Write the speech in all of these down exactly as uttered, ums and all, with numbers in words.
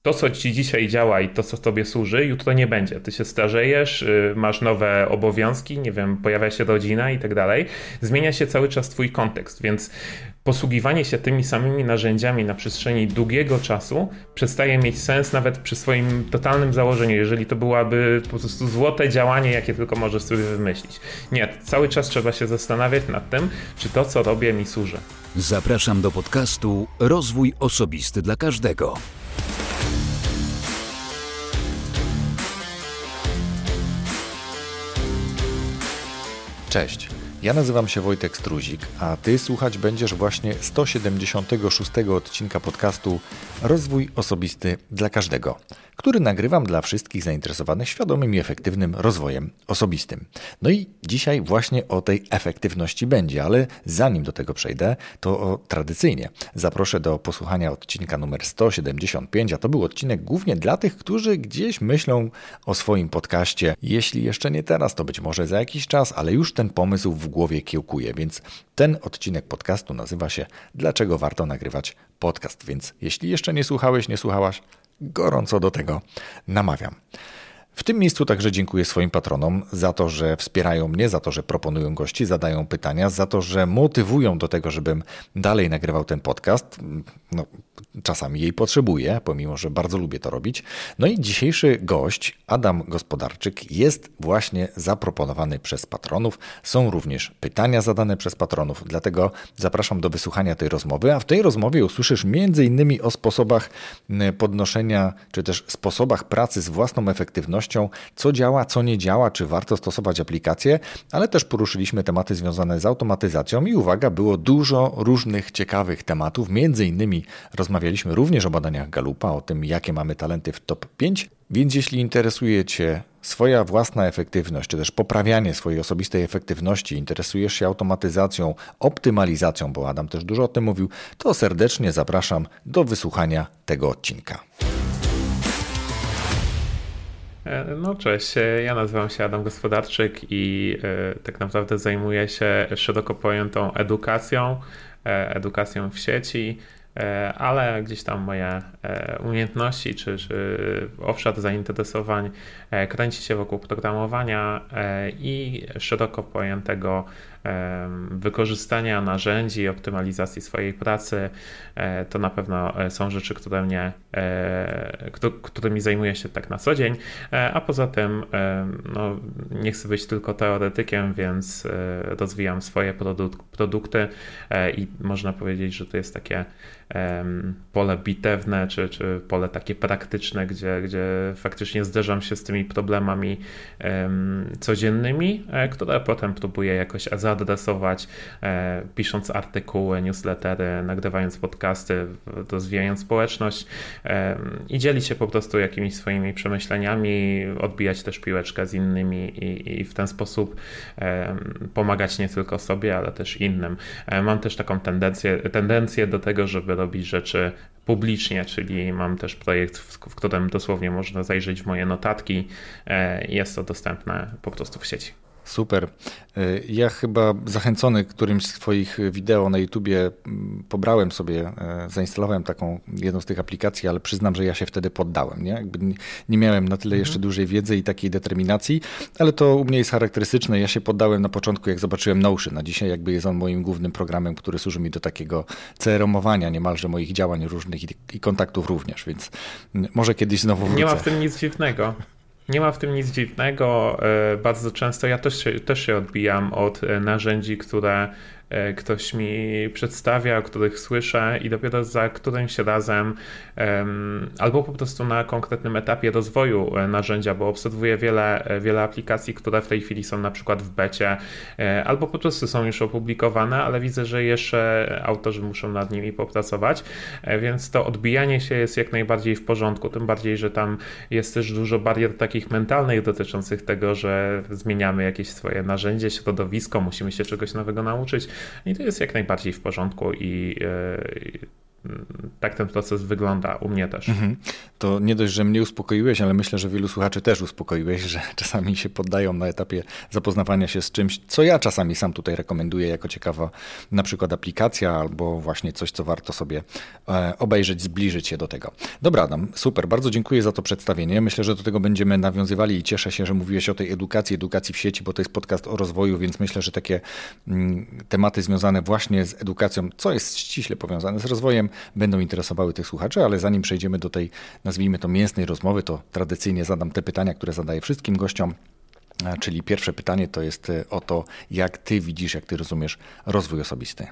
to, co ci dzisiaj działa i to, co tobie służy, jutro nie będzie. Ty się starzejesz, masz nowe obowiązki, nie wiem, pojawia się rodzina i tak dalej. Zmienia się cały czas twój kontekst, więc posługiwanie się tymi samymi narzędziami na przestrzeni długiego czasu przestaje mieć sens nawet przy swoim totalnym założeniu, jeżeli to byłaby po prostu złote działanie, jakie tylko możesz sobie wymyślić. Nie, cały czas trzeba się zastanawiać nad tym, czy to, co robię, mi służy. Zapraszam do podcastu Rozwój Osobisty dla Każdego. Cześć, ja nazywam się Wojtek Struzik, a Ty słuchać będziesz właśnie sto siedemdziesiątego szóstego odcinka podcastu Rozwój Osobisty dla Każdego, który nagrywam dla wszystkich zainteresowanych świadomym i efektywnym rozwojem osobistym. No i dzisiaj właśnie o tej efektywności będzie, ale zanim do tego przejdę, to tradycyjnie zaproszę do posłuchania odcinka numer sto siedemdziesiąt pięć, a to był odcinek głównie dla tych, którzy gdzieś myślą o swoim podcaście. Jeśli jeszcze nie teraz, to być może za jakiś czas, ale już ten pomysł w głowie kiełkuje, więc ten odcinek podcastu nazywa się Dlaczego warto nagrywać podcast, więc jeśli jeszcze nie słuchałeś, nie słuchałaś, gorąco do tego namawiam. W tym miejscu także dziękuję swoim patronom za to, że wspierają mnie, za to, że proponują gości, zadają pytania, za to, że motywują do tego, żebym dalej nagrywał ten podcast. No, czasami jej potrzebuję, pomimo że bardzo lubię to robić. No i dzisiejszy gość, Adam Gospodarczyk, jest właśnie zaproponowany przez patronów. Są również pytania zadane przez patronów, dlatego zapraszam do wysłuchania tej rozmowy, a w tej rozmowie usłyszysz między innymi o sposobach podnoszenia, czy też sposobach pracy z własną efektywnością, co działa, co nie działa, czy warto stosować aplikacje, ale też poruszyliśmy tematy związane z automatyzacją i uwaga, było dużo różnych ciekawych tematów, między innymi rozmawialiśmy również o badaniach Gallupa, o tym, jakie mamy talenty w top pięć, więc jeśli interesuje Cię swoja własna efektywność, czy też poprawianie swojej osobistej efektywności, interesujesz się automatyzacją, optymalizacją, bo Adam też dużo o tym mówił, to serdecznie zapraszam do wysłuchania tego odcinka. No cześć, ja nazywam się Adam Gospodarczyk i tak naprawdę zajmuję się szeroko pojętą edukacją, edukacją w sieci, ale gdzieś tam moje umiejętności czy, czy obszar zainteresowań kręci się wokół programowania i szeroko pojętego wykorzystania narzędzi, optymalizacji swojej pracy. To na pewno są rzeczy, które mnie, którymi zajmuję się tak na co dzień, a poza tym no, nie chcę być tylko teoretykiem, więc rozwijam swoje produk- produkty i można powiedzieć, że to jest takie pole bitewne, czy, czy pole takie praktyczne, gdzie, gdzie faktycznie zderzam się z tymi problemami codziennymi, które potem próbuję jakoś zaadresować, pisząc artykuły, newslettery, nagrywając podcasty, rozwijając społeczność i dzielić się po prostu jakimiś swoimi przemyśleniami, odbijać też piłeczkę z innymi i, i w ten sposób pomagać nie tylko sobie, ale też innym. Mam też taką tendencję, tendencję do tego, żeby robić rzeczy publicznie, czyli mam też projekt, w, w którym dosłownie można zajrzeć w moje notatki. Jest to dostępne po prostu w sieci. Super. Ja chyba zachęcony którymś z Twoich wideo na YouTubie pobrałem sobie, zainstalowałem taką jedną z tych aplikacji, ale przyznam, że ja się wtedy poddałem. Nie, Jakby nie miałem na tyle jeszcze dużej wiedzy i takiej determinacji, ale to u mnie jest charakterystyczne. Ja się poddałem na początku, jak zobaczyłem Notion, a dzisiaj jakby jest on moim głównym programem, który służy mi do takiego C R M-owania niemalże moich działań różnych i, i kontaktów również, więc może kiedyś znowu wrócę. Nie ma w tym nic dziwnego. Nie ma w tym nic dziwnego. Bardzo często ja też się, też się odbijam od narzędzi, które ktoś mi przedstawia, o których słyszę i dopiero za którymś razem um, albo po prostu na konkretnym etapie rozwoju narzędzia, bo obserwuję wiele, wiele aplikacji, które w tej chwili są na przykład w becie, albo po prostu są już opublikowane, ale widzę, że jeszcze autorzy muszą nad nimi popracować, więc to odbijanie się jest jak najbardziej w porządku, tym bardziej, że tam jest też dużo barier takich mentalnych dotyczących tego, że zmieniamy jakieś swoje narzędzie, środowisko, musimy się czegoś nowego nauczyć i to jest jak najbardziej w porządku i tak ten proces wygląda u mnie też. Mhm. To nie dość, że mnie uspokoiłeś, ale myślę, że wielu słuchaczy też uspokoiłeś, że czasami się poddają na etapie zapoznawania się z czymś, co ja czasami sam tutaj rekomenduję jako ciekawa na przykład aplikacja albo właśnie coś, co warto sobie obejrzeć, zbliżyć się do tego. Dobra, Adam, super, bardzo dziękuję za to przedstawienie. Myślę, że do tego będziemy nawiązywali i cieszę się, że mówiłeś o tej edukacji, edukacji w sieci, bo to jest podcast o rozwoju, więc myślę, że takie mm, tematy związane właśnie z edukacją, co jest ściśle powiązane z rozwojem, będą interesowały tych słuchaczy, ale zanim przejdziemy do tej, nazwijmy to, mięsnej rozmowy, to tradycyjnie zadam te pytania, które zadaję wszystkim gościom. Czyli pierwsze pytanie to jest o to, jak ty widzisz, jak ty rozumiesz rozwój osobisty.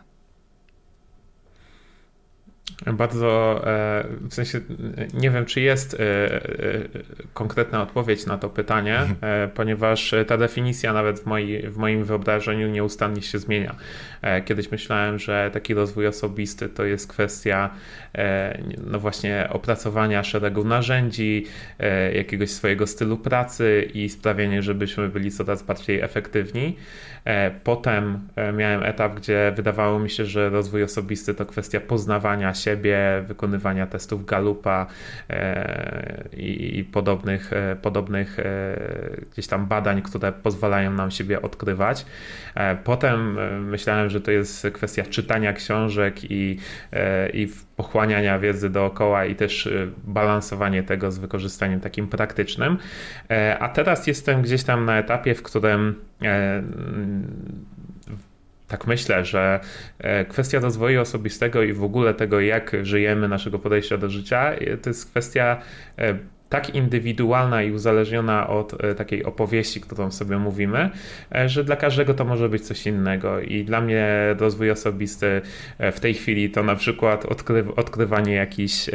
Bardzo, w sensie nie wiem, czy jest konkretna odpowiedź na to pytanie, mhm. ponieważ ta definicja nawet w, moi, w moim wyobrażeniu nieustannie się zmienia. Kiedyś myślałem, że taki rozwój osobisty to jest kwestia no właśnie opracowania szeregu narzędzi, jakiegoś swojego stylu pracy i sprawienie, żebyśmy byli coraz bardziej efektywni. Potem miałem etap, gdzie wydawało mi się, że rozwój osobisty to kwestia poznawania siebie, wykonywania testów Gallupa i, i podobnych, podobnych gdzieś tam badań, które pozwalają nam siebie odkrywać. Potem myślałem, że to jest kwestia czytania książek i, i pochłaniania wiedzy dookoła i też balansowanie tego z wykorzystaniem takim praktycznym. A teraz jestem gdzieś tam na etapie, w którym tak myślę, że kwestia rozwoju osobistego i w ogóle tego, jak żyjemy, naszego podejścia do życia, to jest kwestia tak indywidualna i uzależniona od takiej opowieści, którą sobie mówimy, że dla każdego to może być coś innego. I dla mnie rozwój osobisty w tej chwili to na przykład odkry- odkrywanie jakichś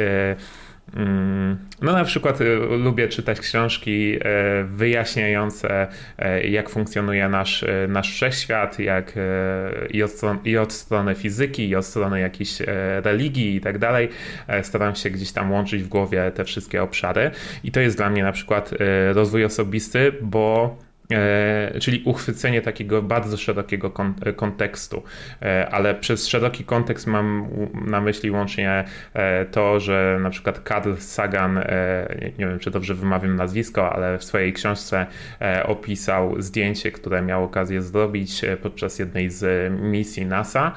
no na przykład lubię czytać książki wyjaśniające, jak funkcjonuje nasz, nasz wszechświat, jak i od, strony, i od strony fizyki, i od strony jakiejś religii i tak dalej. Staram się gdzieś tam łączyć w głowie te wszystkie obszary i to jest dla mnie na przykład rozwój osobisty, bo czyli uchwycenie takiego bardzo szerokiego kontekstu, ale przez szeroki kontekst mam na myśli łącznie to, że na przykład Carl Sagan, nie wiem czy dobrze wymawiam nazwisko, ale w swojej książce opisał zdjęcie, które miał okazję zrobić podczas jednej z misji NASA.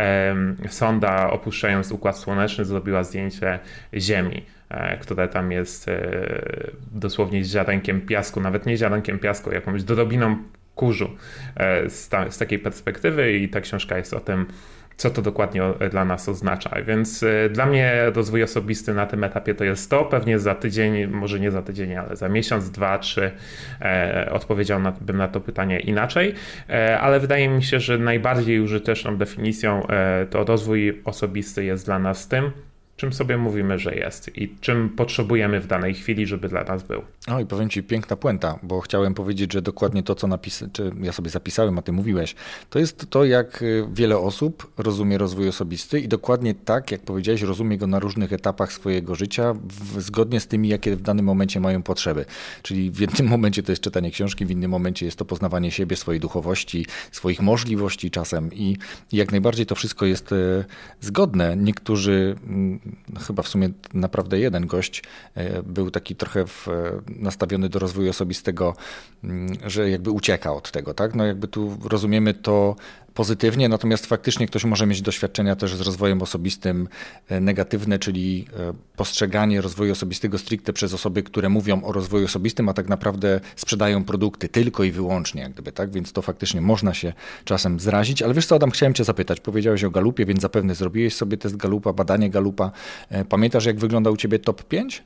Sonda, opuszczając Układ Słoneczny, zrobiła zdjęcie Ziemi, które tam jest dosłownie z ziarenkiem piasku, nawet nie ziarenkiem piasku, jakąś drobiną kurzu z, ta, z takiej perspektywy i ta książka jest o tym, co to dokładnie dla nas oznacza. Więc dla mnie rozwój osobisty na tym etapie to jest to, pewnie za tydzień, może nie za tydzień, ale za miesiąc, dwa, trzy odpowiedziałbym na to pytanie inaczej, ale wydaje mi się, że najbardziej użyteczną definicją to rozwój osobisty jest dla nas tym, czym sobie mówimy, że jest i czym potrzebujemy w danej chwili, żeby dla nas był. O i powiem ci, piękna puenta, bo chciałem powiedzieć, że dokładnie to, co napis... czy ja sobie zapisałem, a ty mówiłeś, to jest to, jak wiele osób rozumie rozwój osobisty i dokładnie tak, jak powiedziałeś, rozumie go na różnych etapach swojego życia, w... zgodnie z tymi, jakie w danym momencie mają potrzeby. Czyli w jednym momencie to jest czytanie książki, w innym momencie jest to poznawanie siebie, swojej duchowości, swoich możliwości czasem i jak najbardziej to wszystko jest zgodne. Niektórzy chyba w sumie naprawdę jeden gość był taki trochę w, nastawiony do rozwoju osobistego, że jakby ucieka od tego, tak? No jakby tu rozumiemy to pozytywnie, natomiast faktycznie ktoś może mieć doświadczenia też z rozwojem osobistym negatywne, czyli postrzeganie rozwoju osobistego stricte przez osoby, które mówią o rozwoju osobistym, a tak naprawdę sprzedają produkty tylko i wyłącznie, jak gdyby, tak? Więc to faktycznie można się czasem zrazić. Ale wiesz co, Adam, chciałem cię zapytać. Powiedziałeś o Gallupie, więc zapewne zrobiłeś sobie test Gallupa, badanie Gallupa. Pamiętasz, jak wygląda u ciebie top pięć?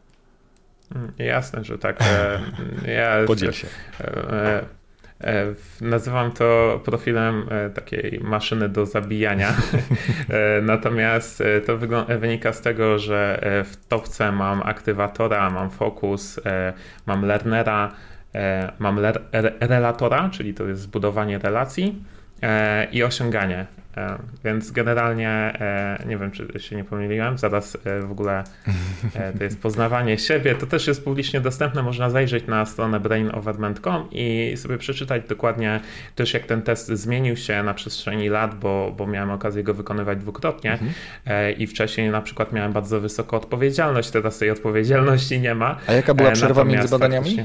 Jasne, że tak. Ja, Podziel się. Nazywam to profilem takiej maszyny do zabijania. Natomiast to wynika z tego, że w topce mam aktywatora, mam fokus, mam learnera, mam le- relatora, czyli to jest zbudowanie relacji i osiąganie. Więc generalnie, nie wiem, czy się nie pomyliłem, zaraz w ogóle to jest poznawanie siebie, to też jest publicznie dostępne, można zajrzeć na stronę brain overment kropka com i sobie przeczytać dokładnie też, jak ten test zmienił się na przestrzeni lat, bo, bo miałem okazję go wykonywać dwukrotnie mhm. i wcześniej na przykład miałem bardzo wysoką odpowiedzialność, teraz tej odpowiedzialności nie ma. A jaka była przerwa między badaniami? Faktycznie...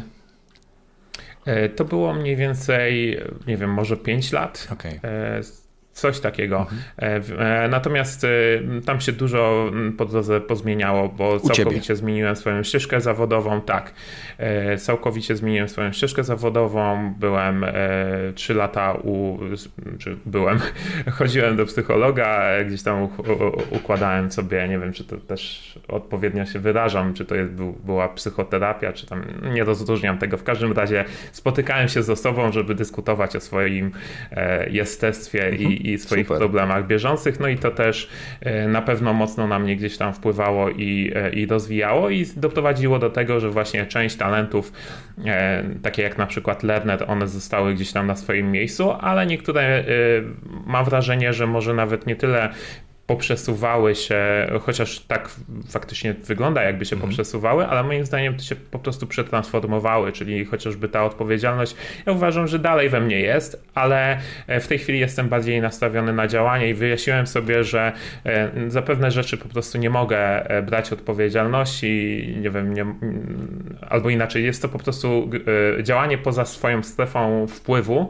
To było mniej więcej, nie wiem, może pięć lat. Okay. Coś takiego. Mhm. Natomiast tam się dużo po drodze pozmieniało, bo U całkowicie ciebie. zmieniłem swoją ścieżkę zawodową. Tak, całkowicie zmieniłem swoją ścieżkę zawodową. Byłem trzy lata u... czy byłem, chodziłem do psychologa, gdzieś tam układałem sobie, nie wiem, czy to też odpowiednio się wyrażam, czy to jest, była psychoterapia, czy tam nie rozróżniam tego. W każdym razie spotykałem się z osobą, żeby dyskutować o swoim jestestwie mhm. i i swoich Super. problemach bieżących, no i to też na pewno mocno na mnie gdzieś tam wpływało i, i rozwijało i doprowadziło do tego, że właśnie część talentów, takie jak na przykład Lernet, one zostały gdzieś tam na swoim miejscu, ale niektóre mam wrażenie, że może nawet nie tyle poprzesuwały się, chociaż tak faktycznie wygląda, jakby się mhm. poprzesuwały, ale moim zdaniem to się po prostu przetransformowały, czyli chociażby ta odpowiedzialność, ja uważam, że dalej we mnie jest, ale w tej chwili jestem bardziej nastawiony na działanie i wyjaśniłem sobie, że za pewne rzeczy po prostu nie mogę brać odpowiedzialności, nie wiem, nie, albo inaczej, jest to po prostu działanie poza swoją strefą wpływu,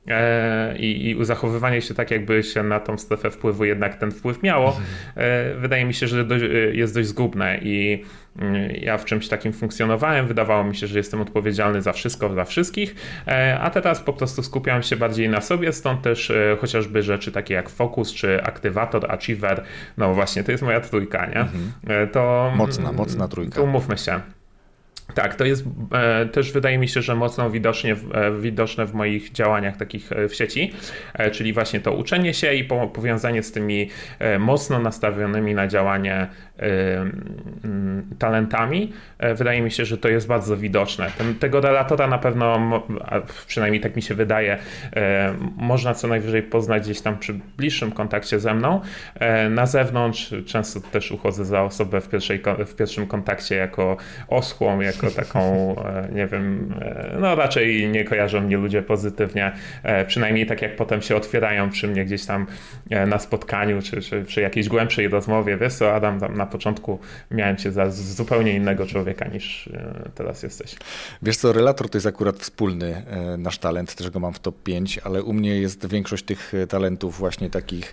I, i zachowywanie się tak, jakby się na tą strefę wpływu jednak ten wpływ miało, wydaje mi się, że dość, jest dość zgubne i ja w czymś takim funkcjonowałem, wydawało mi się, że jestem odpowiedzialny za wszystko, za wszystkich, a teraz po prostu skupiam się bardziej na sobie, stąd też chociażby rzeczy takie jak Focus czy Aktywator, Achiever, no właśnie, to jest moja trójka, nie? Mhm. To, mocna, mocna trójka. To umówmy się. Tak, to jest e, też wydaje mi się, że mocno widocznie, e, widoczne w moich działaniach takich w sieci, e, czyli właśnie to uczenie się i po, powiązanie z tymi e, mocno nastawionymi na działanie e, m, talentami. E, wydaje mi się, że to jest bardzo widoczne. Ten, tego relatora na pewno, przynajmniej tak mi się wydaje, e, można co najwyżej poznać gdzieś tam przy bliższym kontakcie ze mną. E, na zewnątrz często też uchodzę za osobę w, pierwszej, w pierwszym kontakcie jako oschłą, jako taką, nie wiem, no raczej nie kojarzą mnie ludzie pozytywnie, przynajmniej tak jak potem się otwierają przy mnie gdzieś tam na spotkaniu, czy, czy przy jakiejś głębszej rozmowie. Wiesz co, Adam, tam na początku miałem cię za zupełnie innego człowieka niż teraz jesteś. Wiesz co, relator to jest akurat wspólny nasz talent, też go mam w top pięć, ale u mnie jest większość tych talentów właśnie takich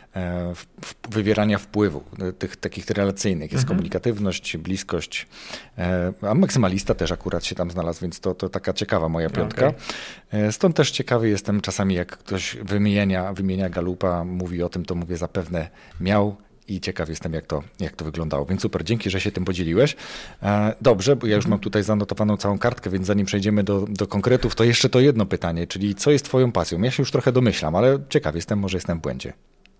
wywierania wpływu, tych takich relacyjnych. Jest mhm. komunikatywność, bliskość, a maksymalista też akurat się tam znalazł, więc to, to taka ciekawa moja piątka. Okay. Stąd też ciekawy jestem czasami, jak ktoś wymienia, wymienia Galupa, mówi o tym, to mówię zapewne miał i ciekaw jestem, jak to, jak to wyglądało. Więc super, dzięki, że się tym podzieliłeś. Dobrze, bo ja już mam tutaj zanotowaną całą kartkę, więc zanim przejdziemy do, do konkretów, to jeszcze to jedno pytanie, czyli co jest twoją pasją? Ja się już trochę domyślam, ale ciekaw jestem, może jestem w błędzie.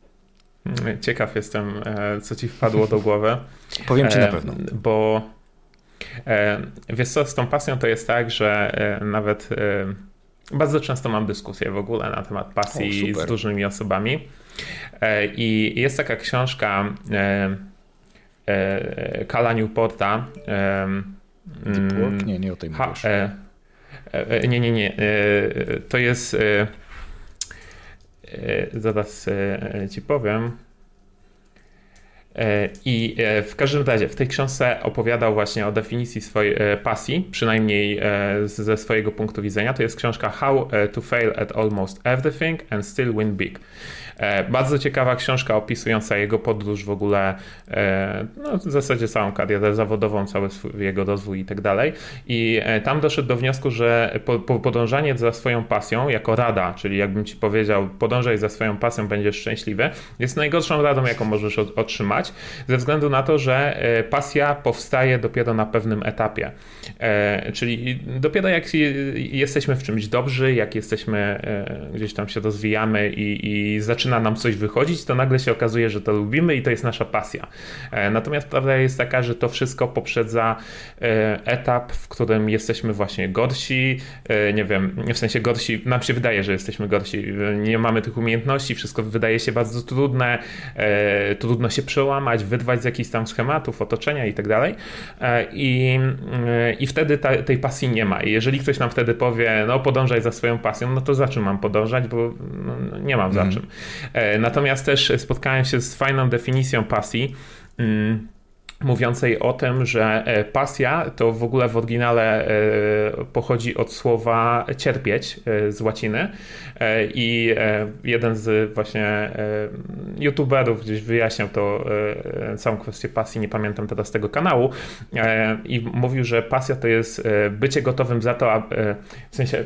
Ciekaw jestem, co ci wpadło do głowy. Powiem ci na pewno. Bo wiesz co, z tą pasją to jest tak, że nawet bardzo często mam dyskusje w ogóle na temat pasji o, z różnymi osobami. I jest taka książka Cala Newporta. Deep Work? Nie, nie o tej mówisz. Nie, nie, nie. To jest... Zaraz ci powiem. I w każdym razie w tej książce opowiadał właśnie o definicji swojej pasji, przynajmniej ze swojego punktu widzenia. To jest książka How to Fail at Almost Everything and Still Win Big. Bardzo ciekawa książka opisująca jego podróż w ogóle, no w zasadzie całą karierę zawodową, cały swój, jego rozwój i tak dalej. I tam doszedł do wniosku, że po, po podążanie za swoją pasją jako rada, czyli jakbym ci powiedział, podążaj za swoją pasją, będziesz szczęśliwy, jest najgorszą radą, jaką możesz otrzymać, ze względu na to, że pasja powstaje dopiero na pewnym etapie. Czyli dopiero jak jesteśmy w czymś dobrzy, jak jesteśmy, gdzieś tam się rozwijamy i, i zaczynamy zaczyna nam coś wychodzić, to nagle się okazuje, że to lubimy i to jest nasza pasja. Natomiast prawda jest taka, że to wszystko poprzedza etap, w którym jesteśmy właśnie gorsi, nie wiem, w sensie gorsi, nam się wydaje, że jesteśmy gorsi, nie mamy tych umiejętności, wszystko wydaje się bardzo trudne, trudno się przełamać, wyrwać z jakichś tam schematów, otoczenia i tak dalej. I, i wtedy ta, tej pasji nie ma. I jeżeli ktoś nam wtedy powie, no podążaj za swoją pasją, no to za czym mam podążać, bo no, nie mam za mm. czym. Natomiast też spotkałem się z fajną definicją pasji, mówiącej o tym, że pasja to w ogóle w oryginale pochodzi od słowa cierpieć z łaciny i jeden z właśnie youtuberów gdzieś wyjaśniał to całą kwestię pasji, nie pamiętam teraz tego kanału, i mówił, że pasja to jest bycie gotowym za to, aby, w sensie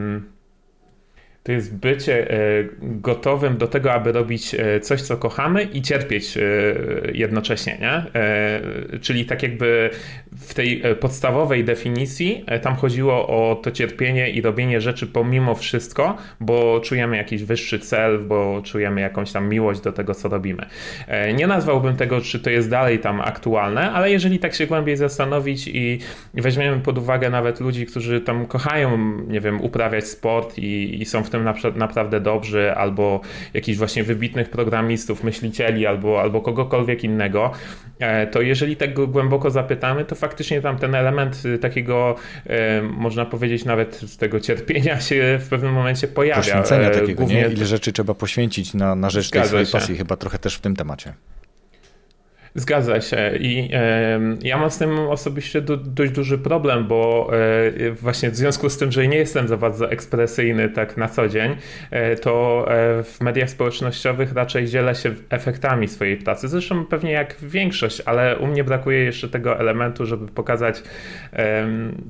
to jest bycie gotowym do tego, aby robić coś, co kochamy i cierpieć jednocześnie, nie? Czyli tak jakby w tej podstawowej definicji tam chodziło o to cierpienie i robienie rzeczy pomimo wszystko, bo czujemy jakiś wyższy cel, bo czujemy jakąś tam miłość do tego, co robimy. Nie nazwałbym tego, czy to jest dalej tam aktualne, ale jeżeli tak się głębiej zastanowić i weźmiemy pod uwagę nawet ludzi, którzy tam kochają, nie wiem, uprawiać sport i, i są w tym naprawdę dobrzy, albo jakichś właśnie wybitnych programistów, myślicieli, albo, albo kogokolwiek innego, to jeżeli tak głęboko zapytamy, to faktycznie tam ten element takiego, można powiedzieć, nawet tego cierpienia się w pewnym momencie pojawia. Poświęcenia takiego, Głównie... nie? Ile rzeczy trzeba poświęcić na, na rzecz tej swojej pasji, chyba trochę też w tym temacie. Zgadza się i e, ja mam z tym osobiście do, dość duży problem, bo e, właśnie w związku z tym, że nie jestem za bardzo ekspresyjny tak na co dzień, e, to e, w mediach społecznościowych raczej dzielę się efektami swojej pracy. Zresztą pewnie jak większość, ale u mnie brakuje jeszcze tego elementu, żeby pokazać e,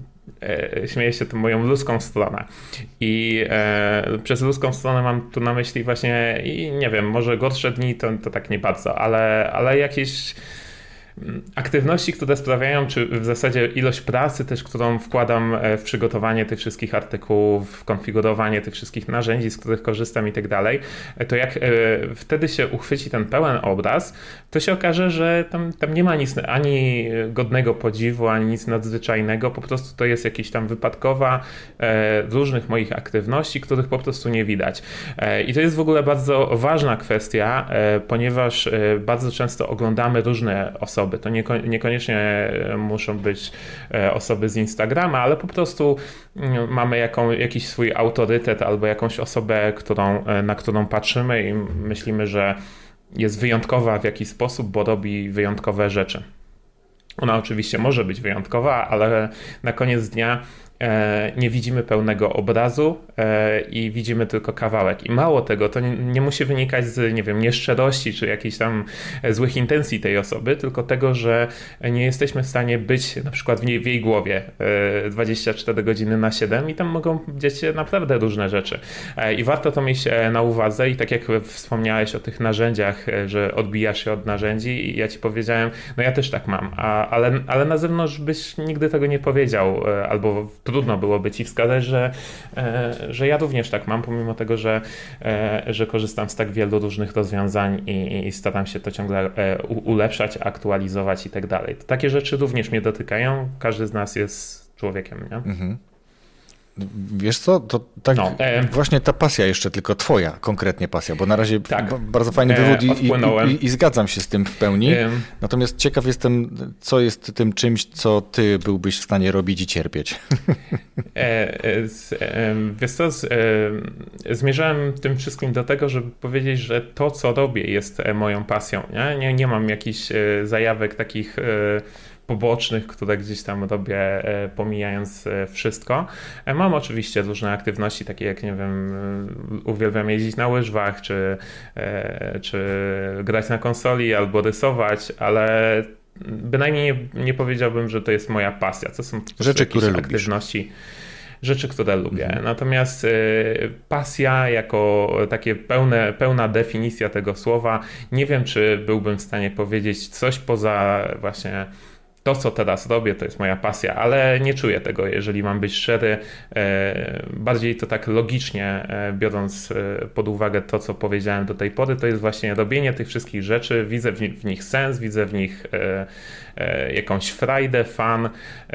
śmieję się tą moją ludzką stronę i e, przez ludzką stronę mam tu na myśli właśnie i nie wiem, może gorsze dni to, to tak nie bardzo, ale, ale jakieś aktywności, które sprawiają, czy w zasadzie ilość pracy też, którą wkładam w przygotowanie tych wszystkich artykułów, w konfigurowanie tych wszystkich narzędzi, z których korzystam i tak dalej, to jak wtedy się uchwyci ten pełen obraz, to się okaże, że tam, tam nie ma nic ani godnego podziwu, ani nic nadzwyczajnego, po prostu to jest jakaś tam wypadkowa różnych moich aktywności, których po prostu nie widać. I to jest w ogóle bardzo ważna kwestia, ponieważ bardzo często oglądamy różne osoby. To nieko- niekoniecznie muszą być osoby z Instagrama, ale po prostu mamy jaką, jakiś swój autorytet albo jakąś osobę, którą, na którą patrzymy i myślimy, że jest wyjątkowa w jakiś sposób, bo robi wyjątkowe rzeczy. Ona oczywiście może być wyjątkowa, ale na koniec dnia nie widzimy pełnego obrazu i widzimy tylko kawałek. I mało tego, to nie, nie musi wynikać z, nie wiem, nieszczerości czy jakichś tam złych intencji tej osoby, tylko tego, że nie jesteśmy w stanie być na przykład w, niej, w jej głowie dwadzieścia cztery godziny na siedem i tam mogą dziać się naprawdę różne rzeczy. I warto to mieć na uwadze i tak jak wspomniałeś o tych narzędziach, że odbijasz się od narzędzi i ja ci powiedziałem, no ja też tak mam, a, ale, ale na zewnątrz byś nigdy tego nie powiedział albo trudno byłoby ci wskazać, że, że ja również tak mam, pomimo tego, że, że korzystam z tak wielu różnych rozwiązań i, i staram się to ciągle ulepszać, aktualizować i tak dalej. Takie rzeczy również mnie dotykają. Każdy z nas jest człowiekiem, nie? Mhm. Wiesz co, to tak no, e... właśnie ta pasja jeszcze, tylko twoja konkretnie pasja, bo na razie tak. b- bardzo fajny wywód e, i, i, i, i zgadzam się z tym w pełni, e... natomiast ciekaw jestem, co jest tym czymś, co ty byłbyś w stanie robić i cierpieć. E, e, z, e, wiesz co, z, e, zmierzałem tym wszystkim do tego, żeby powiedzieć, że to, co robię, jest moją pasją. Nie, nie, nie mam jakichś zajawek takich pobocznych, które gdzieś tam robię, pomijając wszystko. Mam oczywiście różne aktywności, takie jak, nie wiem, uwielbiam jeździć na łyżwach, czy, czy grać na konsoli, albo rysować, ale bynajmniej nie, nie powiedziałbym, że to jest moja pasja. To są rzeczy, które aktywności. Lubisz. Rzeczy, które lubię. Mhm. Natomiast y, pasja jako takie pełne, pełna definicja tego słowa, nie wiem, czy byłbym w stanie powiedzieć coś poza właśnie to, co teraz robię, to jest moja pasja, ale nie czuję tego, jeżeli mam być szczery. Bardziej to tak logicznie, biorąc pod uwagę to, co powiedziałem do tej pory, to jest właśnie robienie tych wszystkich rzeczy. Widzę w nich sens, widzę w nich jakąś frajdę, fan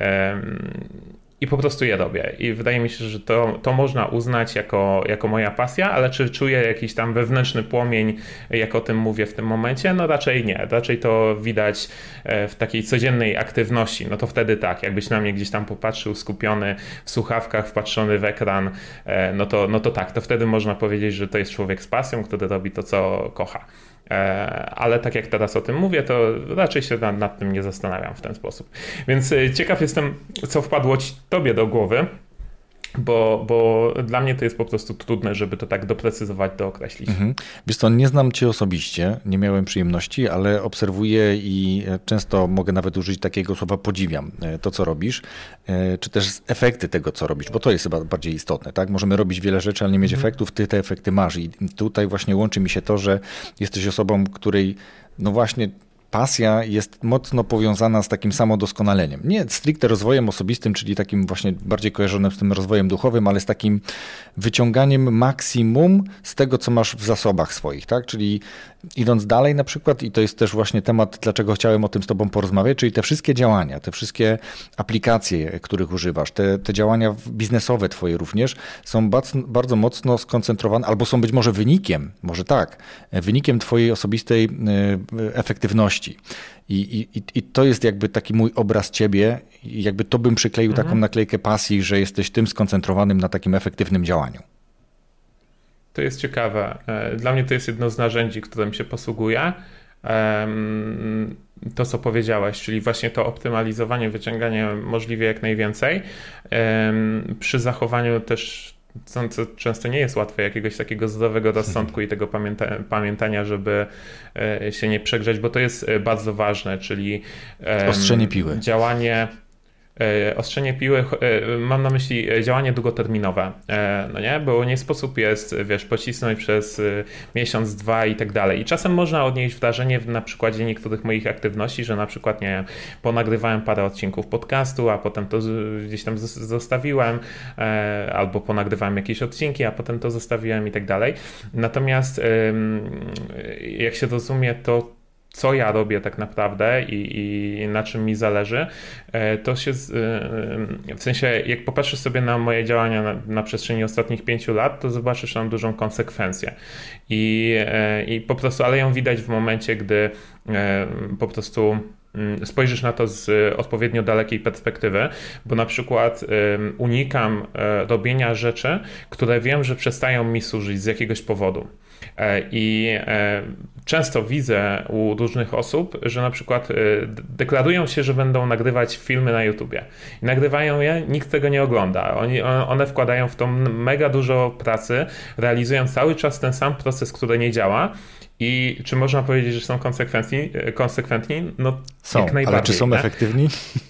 i po prostu je robię. I wydaje mi się, że to, to można uznać jako, jako moja pasja, ale czy czuję jakiś tam wewnętrzny płomień, jak o tym mówię w tym momencie? No raczej nie. Raczej to widać w takiej codziennej aktywności. No to wtedy tak, jakbyś na mnie gdzieś tam popatrzył, skupiony w słuchawkach, wpatrzony w ekran, no to, no to tak, to wtedy można powiedzieć, że to jest człowiek z pasją, który robi to, co kocha. Ale tak jak teraz o tym mówię, to raczej się nad, nad tym nie zastanawiam w ten sposób. Więc ciekaw jestem, co wpadło ci tobie do głowy, bo, bo dla mnie to jest po prostu trudne, żeby to tak doprecyzować, dookreślić. Mhm. Wiesz co, nie znam cię osobiście, nie miałem przyjemności, ale obserwuję i często mogę nawet użyć takiego słowa podziwiam to, co robisz, czy też efekty tego, co robisz, bo to jest chyba bardziej istotne, tak? Możemy robić wiele rzeczy, ale nie mieć mhm. efektów, ty te efekty masz i tutaj właśnie łączy mi się to, że jesteś osobą, której no właśnie pasja jest mocno powiązana z takim samodoskonaleniem. Nie stricte rozwojem osobistym, czyli takim właśnie bardziej kojarzonym z tym rozwojem duchowym, ale z takim wyciąganiem maksimum z tego, co masz w zasobach swoich, tak? Czyli idąc dalej na przykład, i to jest też właśnie temat, dlaczego chciałem o tym z tobą porozmawiać, czyli te wszystkie działania, te wszystkie aplikacje, których używasz, te, te działania biznesowe twoje również są bardzo, bardzo mocno skoncentrowane, albo są być może wynikiem, może tak, wynikiem twojej osobistej efektywności. I, i, I to jest jakby taki mój obraz ciebie, i jakby to bym przykleił mhm. taką naklejkę pasji, że jesteś tym skoncentrowanym na takim efektywnym działaniu. To jest ciekawe. Dla mnie to jest jedno z narzędzi, którym się posługuję. To, co powiedziałeś, czyli właśnie to optymalizowanie, wyciąganie możliwie jak najwięcej, przy zachowaniu też, co często nie jest łatwe, jakiegoś takiego zdrowego rozsądku i tego pamięta, pamiętania, żeby się nie przegrzać, bo to jest bardzo ważne, czyli ostrzenie piły. Działanie... Ostrzenie piły, mam na myśli działanie długoterminowe, no nie? Bo nie sposób jest, wiesz, pocisnąć przez miesiąc, dwa i tak dalej. I czasem można odnieść wrażenie na przykładzie niektórych moich aktywności, że na przykład, nie wiem, ponagrywałem parę odcinków podcastu, a potem to gdzieś tam zostawiłem, albo ponagrywałem jakieś odcinki, a potem to zostawiłem i tak dalej. Natomiast jak się rozumie, to co ja robię tak naprawdę i, i na czym mi zależy, to się, w sensie jak popatrzysz sobie na moje działania na, na przestrzeni ostatnich pięciu lat, to zobaczysz tam dużą konsekwencję i, i po prostu, ale ją widać w momencie, gdy po prostu spojrzysz na to z odpowiednio dalekiej perspektywy, bo na przykład unikam robienia rzeczy, które wiem, że przestają mi służyć z jakiegoś powodu. I często widzę u różnych osób, że na przykład deklarują się, że będą nagrywać filmy na YouTubie. I nagrywają je, nikt tego nie ogląda. Oni, one wkładają w to mega dużo pracy, realizują cały czas ten sam proces, który nie działa. I czy można powiedzieć, że są konsekwentni? konsekwentni? No są, jak najbardziej. Ale czy są nie? efektywni?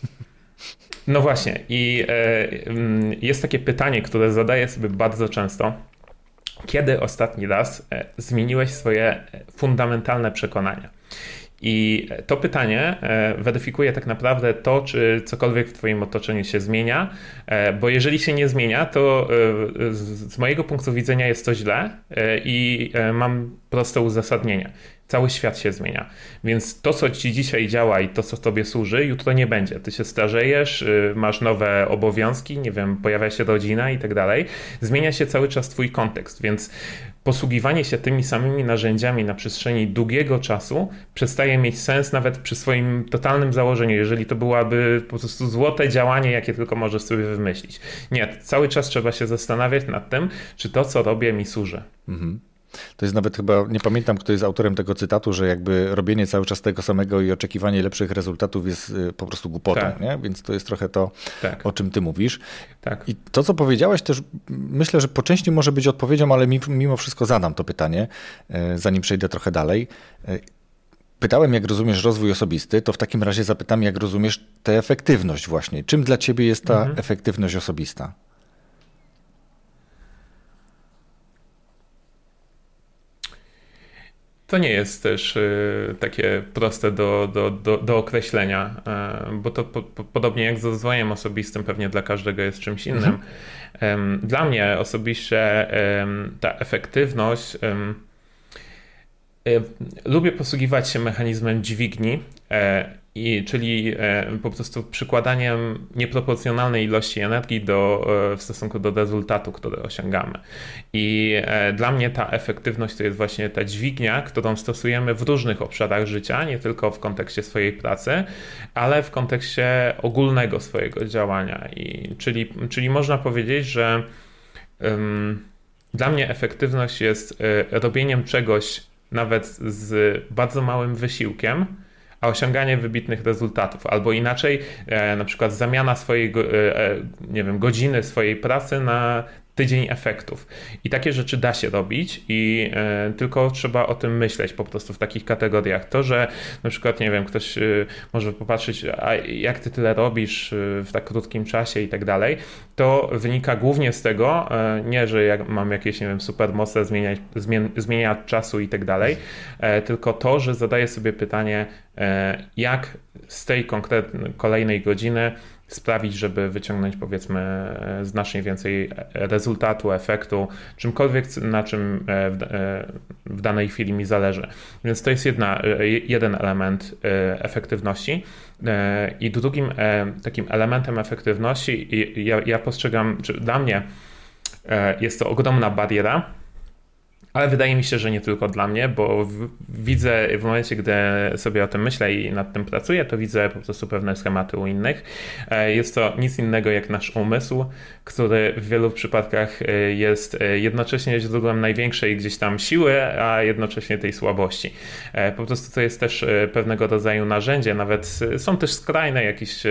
No właśnie. I jest takie pytanie, które zadaję sobie bardzo często. Kiedy ostatni raz zmieniłeś swoje fundamentalne przekonania? I to pytanie weryfikuje tak naprawdę to, czy cokolwiek w twoim otoczeniu się zmienia, bo jeżeli się nie zmienia, to z mojego punktu widzenia jest to źle i mam proste uzasadnienie. Cały świat się zmienia, więc to, co ci dzisiaj działa i to, co tobie służy, jutro nie będzie. Ty się starzejesz, masz nowe obowiązki, nie wiem, pojawia się rodzina i tak dalej. Zmienia się cały czas twój kontekst, więc posługiwanie się tymi samymi narzędziami na przestrzeni długiego czasu przestaje mieć sens nawet przy swoim totalnym założeniu, jeżeli to byłaby po prostu złote działanie, jakie tylko możesz sobie wymyślić. Nie, cały czas trzeba się zastanawiać nad tym, czy to, co robię, mi służy. Mhm. To jest nawet chyba, nie pamiętam, kto jest autorem tego cytatu, że jakby robienie cały czas tego samego i oczekiwanie lepszych rezultatów jest po prostu głupotą, tak. nie? Więc to jest trochę to, tak. o czym ty mówisz. Tak. I to, co powiedziałeś też, myślę, że po części może być odpowiedzią, ale mimo wszystko zadam to pytanie, zanim przejdę trochę dalej. Pytałem, jak rozumiesz rozwój osobisty, to w takim razie zapytam, jak rozumiesz tę efektywność właśnie. Czym dla ciebie jest ta mhm. efektywność osobista? to nie jest też takie proste do, do, do, do określenia, bo to po, po, podobnie jak z rozwojem osobistym pewnie dla każdego jest czymś innym. Mhm. Dla mnie osobiście ta efektywność, lubię posługiwać się mechanizmem dźwigni, I, czyli po prostu przykładaniem nieproporcjonalnej ilości energii do, w stosunku do rezultatu, który osiągamy. I dla mnie ta efektywność to jest właśnie ta dźwignia, którą stosujemy w różnych obszarach życia, nie tylko w kontekście swojej pracy, ale w kontekście ogólnego swojego działania. I, czyli, czyli można powiedzieć, że um, dla mnie efektywność jest robieniem czegoś nawet z bardzo małym wysiłkiem, a osiąganie wybitnych rezultatów, albo inaczej, e, na przykład zamiana swojej, e, nie wiem, godziny swojej pracy na tydzień efektów. I takie rzeczy da się robić i e, tylko trzeba o tym myśleć po prostu w takich kategoriach. To, że na przykład, nie wiem, ktoś e, może popatrzeć, a jak ty tyle robisz e, w tak krótkim czasie i tak dalej, to wynika głównie z tego, e, nie, że jak mam jakieś, nie wiem, supermoce zmieniać, zmien, zmieniać czasu i tak dalej, e, tylko to, że zadaję sobie pytanie, e, jak z tej konkretnej kolejnej godziny sprawić, żeby wyciągnąć, powiedzmy, znacznie więcej rezultatu, efektu, czymkolwiek, na czym w, w danej chwili mi zależy. Więc to jest jedna, jeden element efektywności. I drugim takim elementem efektywności ja, ja postrzegam, czy dla mnie jest to ogromna bariera, ale wydaje mi się, że nie tylko dla mnie, bo w, widzę w momencie, gdy sobie o tym myślę i nad tym pracuję, to widzę po prostu pewne schematy u innych. Jest to nic innego jak nasz umysł, który w wielu przypadkach jest jednocześnie źródłem największej gdzieś tam siły, a jednocześnie tej słabości. Po prostu to jest też pewnego rodzaju narzędzie, nawet są też skrajne jakieś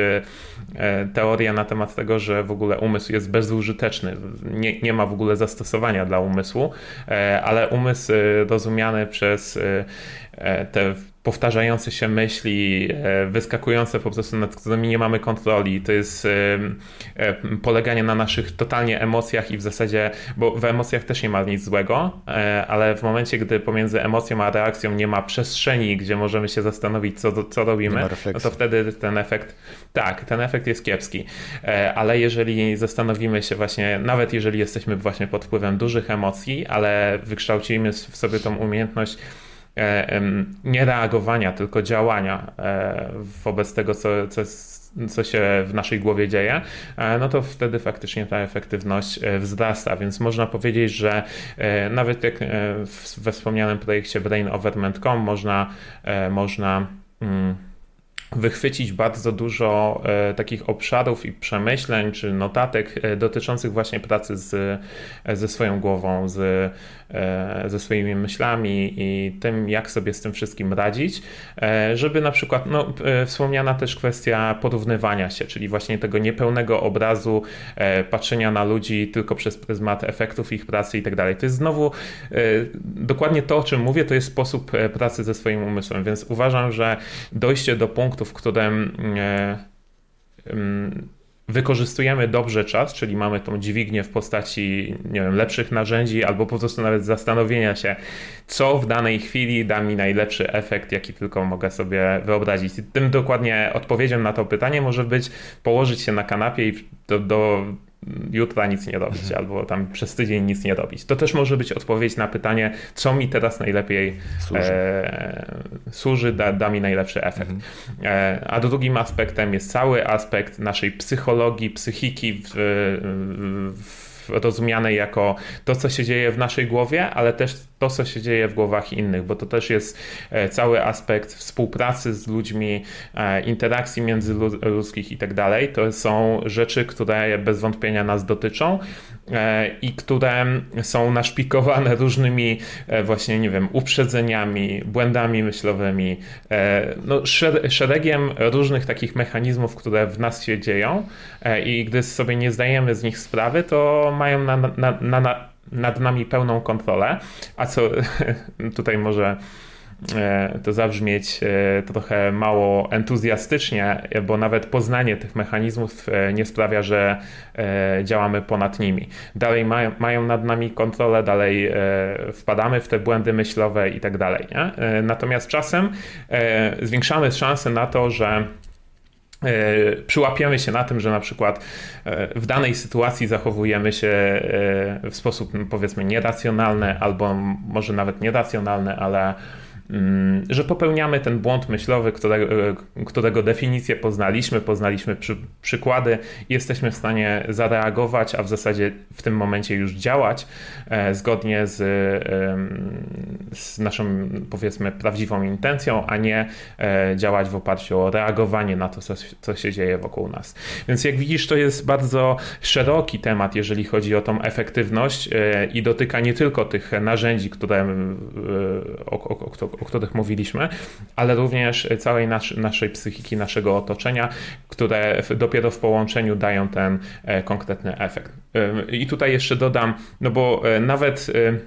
teorie na temat tego, że w ogóle umysł jest bezużyteczny, nie, nie ma w ogóle zastosowania dla umysłu, ale umysł rozumiany przez te powtarzające się myśli, wyskakujące po prostu, nad którymi nie mamy kontroli. To jest poleganie na naszych totalnie emocjach i w zasadzie, bo w emocjach też nie ma nic złego, ale w momencie, gdy pomiędzy emocją a reakcją nie ma przestrzeni, gdzie możemy się zastanowić, co, co robimy, no to wtedy ten efekt, tak, ten efekt jest kiepski. Ale jeżeli zastanowimy się właśnie, nawet jeżeli jesteśmy właśnie pod wpływem dużych emocji, ale wykształcimy w sobie tą umiejętność nie reagowania, tylko działania wobec tego, co, co, co się w naszej głowie dzieje, no to wtedy faktycznie ta efektywność wzrasta, więc można powiedzieć, że nawet jak we wspomnianym projekcie brain over mind kropka com można, można wychwycić bardzo dużo e, takich obszarów i przemyśleń czy notatek e, dotyczących właśnie pracy z, ze swoją głową, z, e, ze swoimi myślami i tym, jak sobie z tym wszystkim radzić, e, żeby na przykład, no, e, wspomniana też kwestia porównywania się, czyli właśnie tego niepełnego obrazu, e, patrzenia na ludzi tylko przez pryzmat efektów ich pracy i tak dalej. To jest znowu e, dokładnie to, o czym mówię, to jest sposób pracy ze swoim umysłem, więc uważam, że dojście do punktu, w którym wykorzystujemy dobrze czas, czyli mamy tą dźwignię w postaci, nie wiem, lepszych narzędzi albo po prostu nawet zastanowienia się, co w danej chwili da mi najlepszy efekt, jaki tylko mogę sobie wyobrazić. I tym dokładnie odpowiedzią na to pytanie może być położyć się na kanapie i do, do jutra nic nie robić, mhm. albo tam przez tydzień nic nie robić. To też może być odpowiedź na pytanie, co mi teraz najlepiej służy, e, służy da, da mi najlepszy efekt. Mhm. E, a drugim aspektem jest cały aspekt naszej psychologii, psychiki w, w rozumianej jako to, co się dzieje w naszej głowie, ale też to, co się dzieje w głowach innych, bo to też jest cały aspekt współpracy z ludźmi, interakcji międzyludzkich i tak dalej. To są rzeczy, które bez wątpienia nas dotyczą i które są naszpikowane różnymi właśnie, nie wiem, uprzedzeniami, błędami myślowymi, no, szeregiem różnych takich mechanizmów, które w nas się dzieją i gdy sobie nie zdajemy z nich sprawy, to mają na, na, na, na, nad nami pełną kontrolę, a co tutaj może to zabrzmieć trochę mało entuzjastycznie, bo nawet poznanie tych mechanizmów nie sprawia, że działamy ponad nimi. Dalej mają, mają nad nami kontrolę, dalej wpadamy w te błędy myślowe i tak dalej. Nie? Natomiast czasem zwiększamy szanse na to, że przyłapiemy się na tym, że na przykład w danej sytuacji zachowujemy się w sposób, powiedzmy, nieracjonalny albo może nawet nieracjonalny, ale że popełniamy ten błąd myślowy, którego, którego definicję poznaliśmy, poznaliśmy przy, przykłady i jesteśmy w stanie zareagować, a w zasadzie w tym momencie już działać e, zgodnie z, e, z naszą, powiedzmy, prawdziwą intencją, a nie e, działać w oparciu o reagowanie na to, co, co się dzieje wokół nas. Więc jak widzisz, to jest bardzo szeroki temat, jeżeli chodzi o tą efektywność e, i dotyka nie tylko tych narzędzi, które, e, o, o, o, o których mówiliśmy, ale również całej nas, naszej psychiki, naszego otoczenia, które dopiero w połączeniu dają ten e, konkretny efekt. E, I tutaj jeszcze dodam, no bo e, nawet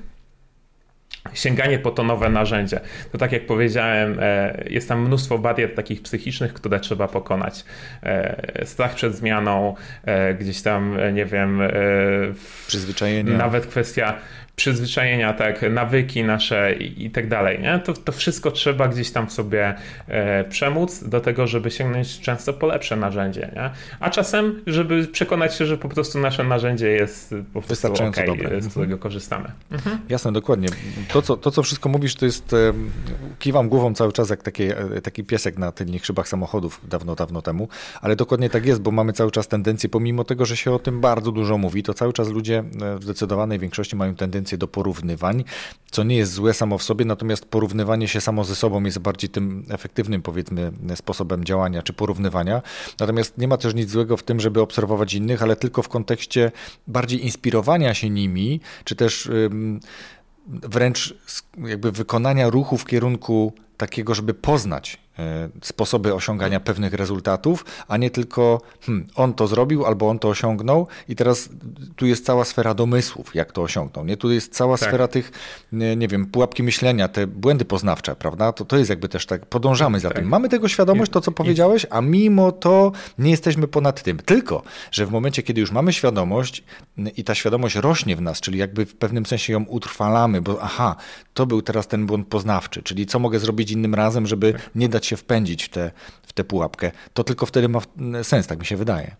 e, sięganie po to nowe narzędzie, to tak jak powiedziałem, e, jest tam mnóstwo barier takich psychicznych, które trzeba pokonać. E, strach przed zmianą, e, gdzieś tam, nie wiem, e, przyzwyczajenie. Nawet kwestia przyzwyczajenia, tak, nawyki nasze i, i tak dalej, nie? To, to wszystko trzeba gdzieś tam w sobie e, przemóc do tego, żeby sięgnąć często po lepsze narzędzie, nie? A czasem, żeby przekonać się, że po prostu nasze narzędzie jest po prostu wystarczająco okay, dobre, z którego korzystamy. Mhm. Jasne, dokładnie. To co, to, co wszystko mówisz, to jest, e, kiwam głową cały czas jak taki, e, taki piesek na tylnych szybach samochodów dawno, dawno temu, ale dokładnie tak jest, bo mamy cały czas tendencję, pomimo tego, że się o tym bardzo dużo mówi, to cały czas ludzie w zdecydowanej większości mają tendencję do porównywań, co nie jest złe samo w sobie, natomiast porównywanie się samo ze sobą jest bardziej tym efektywnym, powiedzmy, sposobem działania czy porównywania. Natomiast nie ma też nic złego w tym, żeby obserwować innych, ale tylko w kontekście bardziej inspirowania się nimi, czy też ym, wręcz jakby wykonania ruchu w kierunku takiego, żeby poznać sposoby osiągania pewnych rezultatów, a nie tylko hmm, on to zrobił albo on to osiągnął i teraz tu jest cała sfera domysłów, jak to osiągnął. Nie? Tu jest cała tak. sfera tych, nie, nie wiem, pułapki myślenia, te błędy poznawcze, prawda? To, to jest jakby też tak, podążamy za tak. tym. Mamy tego świadomość, to co powiedziałeś, a mimo to nie jesteśmy ponad tym. Tylko, że w momencie, kiedy już mamy świadomość i ta świadomość rośnie w nas, czyli jakby w pewnym sensie ją utrwalamy, bo aha, to był teraz ten błąd poznawczy, czyli co mogę zrobić innym razem, żeby tak. nie dać się wpędzić w tę w tę pułapkę, to tylko wtedy ma sens, tak mi się wydaje.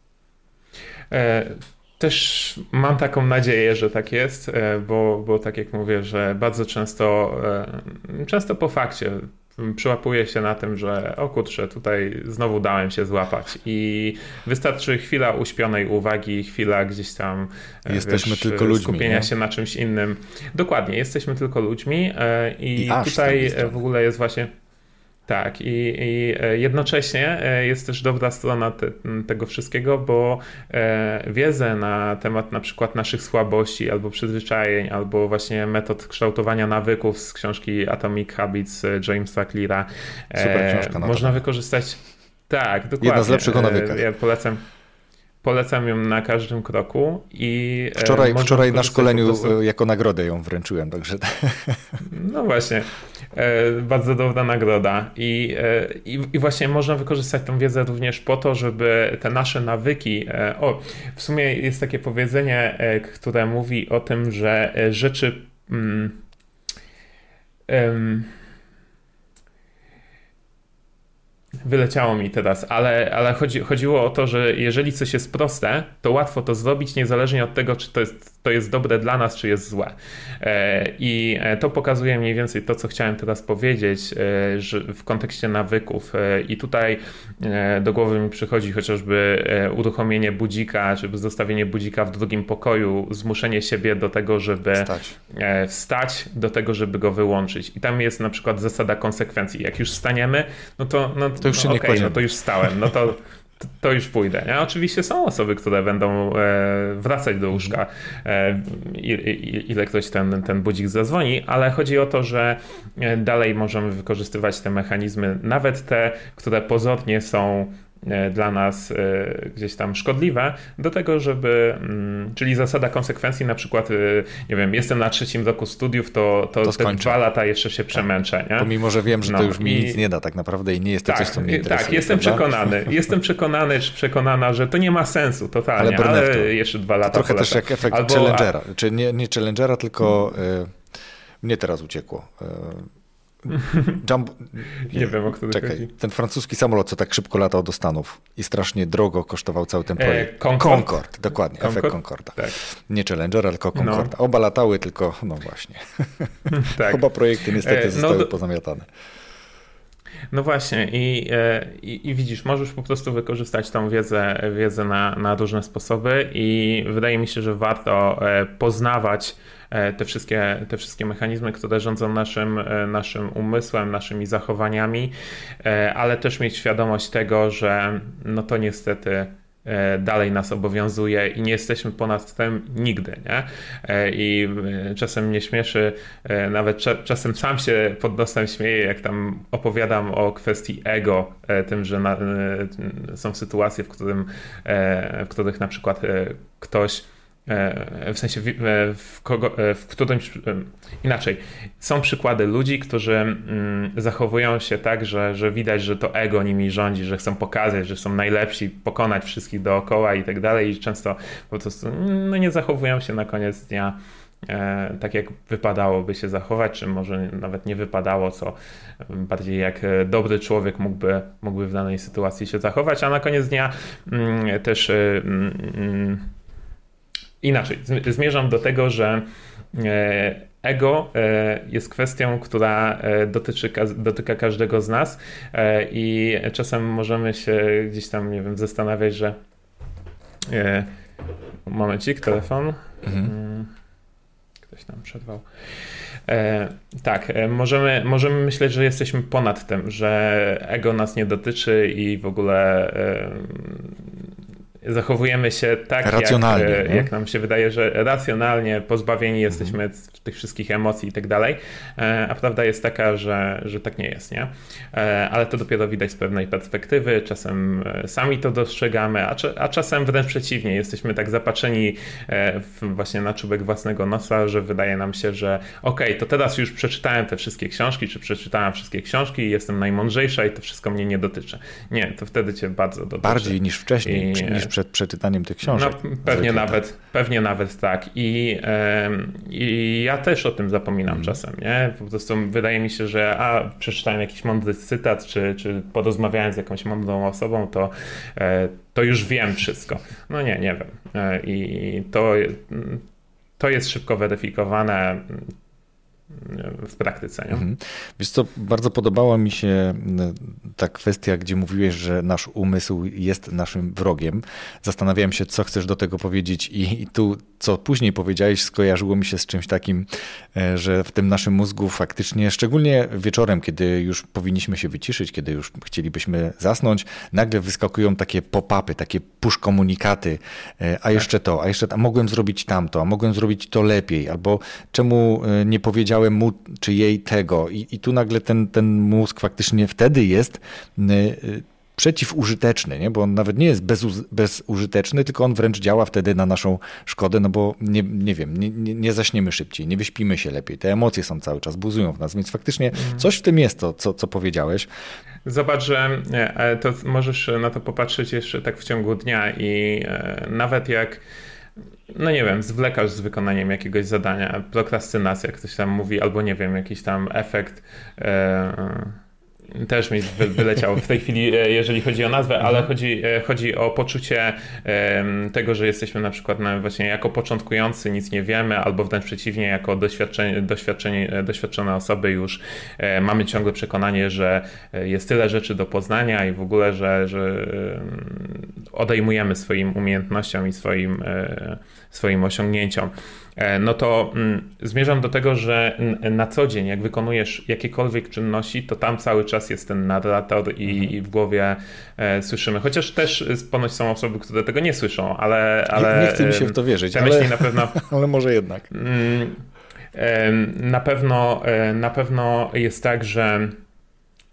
Też mam taką nadzieję, że tak jest, bo, bo tak jak mówię, że bardzo często, często po fakcie przyłapuję się na tym, że o kurczę, tutaj znowu dałem się złapać i wystarczy chwila uśpionej uwagi, chwila gdzieś tam jesteśmy wiesz, tylko ludźmi, skupienia nie? się na czymś innym. Dokładnie, jesteśmy tylko ludźmi i, I tutaj w ogóle jest właśnie tak, i, i jednocześnie jest też dobra strona te, tego wszystkiego, bo wiedzę na temat na przykład naszych słabości albo przyzwyczajeń, albo właśnie metod kształtowania nawyków z książki Atomic Habits Jamesa Cleara Super książka na można to. wykorzystać. Tak, dokładnie. Jedna z lepszych o nawykach. Ja polecam. Polecam ją na każdym kroku i wczoraj, wczoraj na szkoleniu prostu... jako nagrodę ją wręczyłem, także no właśnie, bardzo dobra nagroda i, i, i właśnie można wykorzystać tą wiedzę również po to, żeby te nasze nawyki, o, w sumie jest takie powiedzenie, które mówi o tym, że rzeczy mm, um, wyleciało mi teraz, ale, ale chodzi, chodziło o to, że jeżeli coś jest proste, to łatwo to zrobić, niezależnie od tego, czy to jest, to jest dobre dla nas, czy jest złe. I to pokazuje mniej więcej to, co chciałem teraz powiedzieć, że w kontekście nawyków. I tutaj do głowy mi przychodzi chociażby uruchomienie budzika, czy zostawienie budzika w drugim pokoju, zmuszenie siebie do tego, żeby wstać, wstać do tego, żeby go wyłączyć. I tam jest na przykład zasada konsekwencji. Jak już wstaniemy, no to no, to już się no, nie okay, no to już stałem, no to, to, to już pójdę. Nie? Oczywiście są osoby, które będą e, wracać do łóżka, e, ile ktoś ten, ten budzik zadzwoni, ale chodzi o to, że dalej możemy wykorzystywać te mechanizmy, nawet te, które pozornie są dla nas gdzieś tam szkodliwe, do tego, żeby, czyli zasada konsekwencji, na przykład, nie wiem, jestem na trzecim roku studiów, to, to, to te dwa lata jeszcze się przemęczę. Nie? Pomimo, że wiem, że no, to już mi i... nic nie da tak naprawdę i nie jest to tak, coś, co mnie interesuje. Tak, jestem prawda? przekonany, jestem przekonany, czy przekonana, że to nie ma sensu totalnie, ale, ale jeszcze dwa lata Trochę polecę. też jak efekt Albo... Challengera, czy nie, nie Challengera, tylko hmm. y, mnie teraz uciekło. Y, Jumbo... Nie, nie wiem, o który Czekaj, chodzi. Ten francuski samolot, co tak szybko latał do Stanów i strasznie drogo kosztował cały ten projekt. E, Concorde. Concorde, dokładnie, Concorde? efekt Concorda. Tak. Nie Challengera, tylko Concorde. No. Oba latały, tylko no właśnie. Tak. Oba projekty niestety e, zostały no, pozamiatane. No właśnie i, i, i widzisz, możesz po prostu wykorzystać tą wiedzę, wiedzę na, na różne sposoby i wydaje mi się, że warto poznawać te wszystkie, te wszystkie mechanizmy, które rządzą naszym, naszym umysłem, naszymi zachowaniami, ale też mieć świadomość tego, że no to niestety dalej nas obowiązuje i nie jesteśmy ponad tym nigdy, nie? I czasem mnie śmieszy, nawet czasem sam się pod nosem śmieję, jak tam opowiadam o kwestii ego, tym, że na, są sytuacje, w, którym, w których na przykład ktoś w sensie w, w, kogo, w którymś inaczej. Są przykłady ludzi, którzy zachowują się tak, że, że widać, że to ego nimi rządzi, że chcą pokazać, że są najlepsi, pokonać wszystkich dookoła i tak dalej i często po prostu no, nie zachowują się na koniec dnia e, tak, jak wypadałoby się zachować, czy może nawet nie wypadało, co bardziej jak dobry człowiek mógłby, mógłby w danej sytuacji się zachować, a na koniec dnia mm, też mm, inaczej, zmierzam do tego, że ego jest kwestią, która dotyczy, dotyka każdego z nas i czasem możemy się gdzieś tam, nie wiem, zastanawiać, że momencik, telefon. Mhm. Ktoś nam przerwał. Tak, możemy, możemy myśleć, że jesteśmy ponad tym, że ego nas nie dotyczy i w ogóle zachowujemy się tak, racjonalnie, jak, jak nam się wydaje, że racjonalnie pozbawieni jesteśmy mhm. tych wszystkich emocji i tak dalej, a prawda jest taka, że, że tak nie jest, nie? Ale to dopiero widać z pewnej perspektywy, czasem sami to dostrzegamy, a, a czasem wręcz przeciwnie, jesteśmy tak zapatrzeni w, właśnie na czubek własnego nosa, że wydaje nam się, że okej, okay, to teraz już przeczytałem te wszystkie książki, czy przeczytałem wszystkie książki i jestem najmądrzejsza i to wszystko mnie nie dotyczy. Nie, to wtedy cię bardzo dotyczy. Bardziej niż wcześniej, I, niż przed przeczytaniem tych książek. No, pewnie nawet, pewnie nawet tak. I, yy, I ja też o tym zapominam mm. czasem, nie? Po prostu wydaje mi się, że a, przeczytałem jakiś mądry cytat, czy, czy porozmawiałem z jakąś mądrą osobą, to, yy, to już wiem wszystko. No nie, nie wiem. Yy, I to, yy, to jest szybko weryfikowane w praktyce. Nie? Mhm. Wiesz co, bardzo podobała mi się ta kwestia, gdzie mówiłeś, że nasz umysł jest naszym wrogiem. Zastanawiałem się, co chcesz do tego powiedzieć i, i tu, co później powiedziałeś, skojarzyło mi się z czymś takim, że w tym naszym mózgu faktycznie, szczególnie wieczorem, kiedy już powinniśmy się wyciszyć, kiedy już chcielibyśmy zasnąć, nagle wyskakują takie pop-upy, takie push komunikaty, a jeszcze to, a jeszcze to, a mogłem zrobić tamto, a mogłem zrobić to lepiej, albo czemu nie powiedziałem mu czy jej tego i, i tu nagle ten, ten mózg faktycznie wtedy jest y, przeciwużyteczny, nie? Bo on nawet nie jest bezu, bezużyteczny, tylko on wręcz działa wtedy na naszą szkodę, no bo nie, nie wiem, nie, nie, nie zaśniemy szybciej, nie wyśpimy się lepiej, te emocje są cały czas, buzują w nas, więc faktycznie coś w tym jest to, co, co powiedziałeś. Zobacz, że to możesz na to popatrzeć jeszcze tak w ciągu dnia i nawet jak no nie wiem, zwlekasz z wykonaniem jakiegoś zadania, prokrastynacja, jak ktoś tam mówi, albo nie wiem, jakiś tam efekt, e, też mi wyleciał w tej chwili, jeżeli chodzi o nazwę, ale chodzi, chodzi o poczucie e, tego, że jesteśmy na przykład no, właśnie jako początkujący, nic nie wiemy, albo wręcz przeciwnie, jako doświadczenie, doświadczenie, doświadczone osoby już e, mamy ciągle przekonanie, że jest tyle rzeczy do poznania i w ogóle, że, że odejmujemy swoim umiejętnościom i swoim e, swoim osiągnięciom, no to mm, zmierzam do tego, że na co dzień, jak wykonujesz jakiekolwiek czynności, to tam cały czas jest ten narrator i, i w głowie e, słyszymy. Chociaż też ponoć są osoby, które tego nie słyszą, ale... ale nie, nie chcę mi się w to wierzyć, ale, na pewno, ale może jednak. Mm, e, na pewno, e, na pewno jest tak, że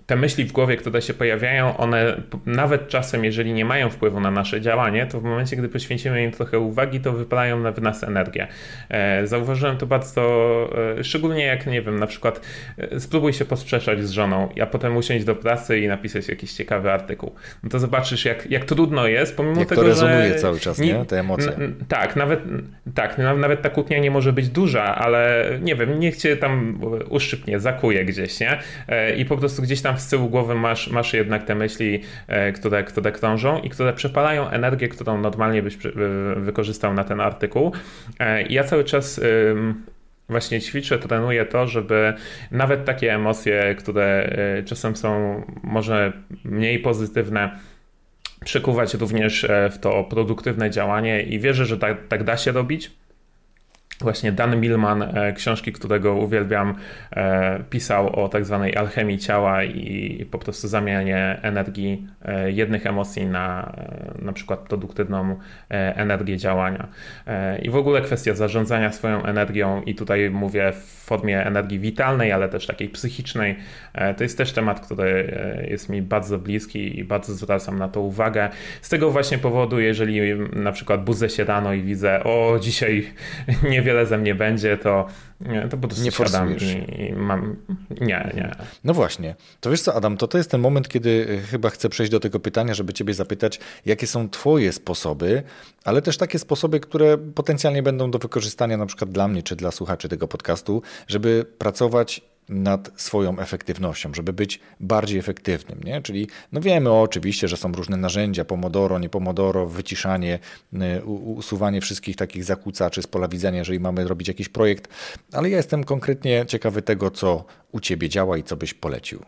te myśli w głowie, które się pojawiają, one nawet czasem, jeżeli nie mają wpływu na nasze działanie, to w momencie, gdy poświęcimy im trochę uwagi, to wypalają w nas energię. Zauważyłem to bardzo, szczególnie jak, nie wiem, na przykład spróbuj się posprzeczać z żoną, a potem usiąść do pracy i napisać jakiś ciekawy artykuł. No to zobaczysz, jak, jak trudno jest, pomimo jak tego, to rezonuje że... cały czas, nie? Te emocje. N- tak, nawet, tak, nawet ta kłótnia nie może być duża, ale nie wiem, niech cię tam uszczypnie, zakuje gdzieś, nie? I po prostu gdzieś tam z tyłu głowy masz, masz jednak te myśli, które, które krążą i które przepalają energię, którą normalnie byś wykorzystał na ten artykuł. I ja cały czas właśnie ćwiczę, trenuję to, żeby nawet takie emocje, które czasem są może mniej pozytywne, przekuwać również w to produktywne działanie i wierzę, że tak, tak da się robić. Właśnie Dan Millman, książki, którego uwielbiam, pisał o tak zwanej alchemii ciała i po prostu zamianie energii jednych emocji na na przykład produktywną energię działania. I w ogóle kwestia zarządzania swoją energią i tutaj mówię w formie energii witalnej, ale też takiej psychicznej. To jest też temat, który jest mi bardzo bliski i bardzo zwracam na to uwagę. Z tego właśnie powodu, jeżeli na przykład budzę się rano i widzę, o dzisiaj nie wiele ze mnie będzie, to, to po prostu nie siadam i, i mam... Nie, nie. No właśnie. To wiesz co, Adam, to to jest ten moment, kiedy chyba chcę przejść do tego pytania, żeby ciebie zapytać, jakie są twoje sposoby, ale też takie sposoby, które potencjalnie będą do wykorzystania na przykład dla mnie, czy dla słuchaczy tego podcastu, żeby pracować nad swoją efektywnością, żeby być bardziej efektywnym, nie? Czyli no wiemy oczywiście, że są różne narzędzia, pomodoro, nie pomodoro, wyciszanie, usuwanie wszystkich takich zakłócaczy z pola widzenia, jeżeli mamy robić jakiś projekt, ale ja jestem konkretnie ciekawy tego, co u ciebie działa i co byś polecił.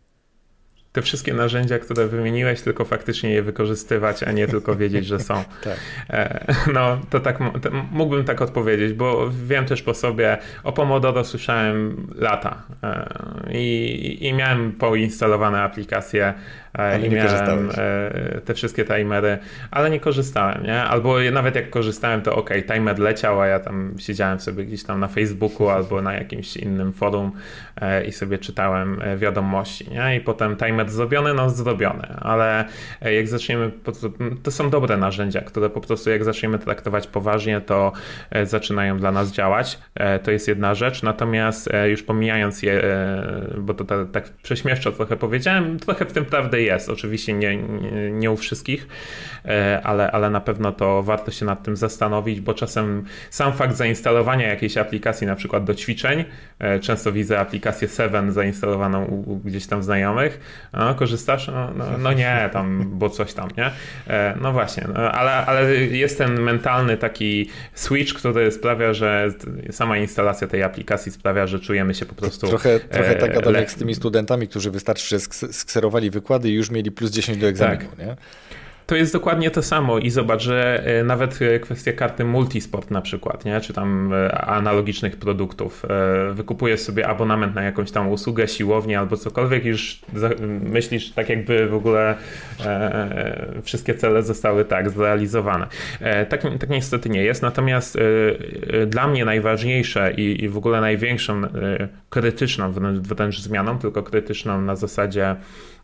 Te wszystkie narzędzia, które wymieniłeś, tylko faktycznie je wykorzystywać, a nie tylko wiedzieć, że są. Tak. No, to tak to mógłbym tak odpowiedzieć, bo wiem też po sobie, o Pomodoro słyszałem lata i, i miałem poinstalowane aplikacje ale i nie miałem te wszystkie timery, ale nie korzystałem, nie? Albo nawet jak korzystałem, to ok, timer leciał, a ja tam siedziałem sobie gdzieś tam na Facebooku albo na jakimś innym forum i sobie czytałem wiadomości, nie? I potem timer zrobiony, no zrobiony, ale jak zaczniemy, to są dobre narzędzia, które po prostu jak zaczniemy traktować poważnie, to zaczynają dla nas działać. To jest jedna rzecz, natomiast już pomijając je, bo to tak, tak prześmiewczo trochę powiedziałem, trochę w tym prawdy jest, oczywiście nie, nie, nie u wszystkich, ale, ale na pewno to warto się nad tym zastanowić, bo czasem sam fakt zainstalowania jakiejś aplikacji, na przykład do ćwiczeń, często widzę aplikację Seven zainstalowaną u, u gdzieś tam znajomych, no, korzystasz? No, no, no nie, tam, bo coś tam, nie? No właśnie, no, ale, ale jest ten mentalny taki switch, który sprawia, że sama instalacja tej aplikacji sprawia, że czujemy się po prostu... Trochę, trochę tak gadam le... jak z tymi studentami, którzy wystarczy, że skserowali wykłady i już mieli plus dziesięć do egzaminu, tak. Nie? To jest dokładnie to samo i zobacz, że nawet kwestia karty multisport na przykład, nie? Czy tam analogicznych produktów. Wykupujesz sobie abonament na jakąś tam usługę, siłownię albo cokolwiek, już myślisz tak jakby w ogóle wszystkie cele zostały tak zrealizowane. Tak, tak niestety nie jest, natomiast dla mnie najważniejsze i, i w ogóle największą krytyczną wręcz, wręcz zmianą, tylko krytyczną na zasadzie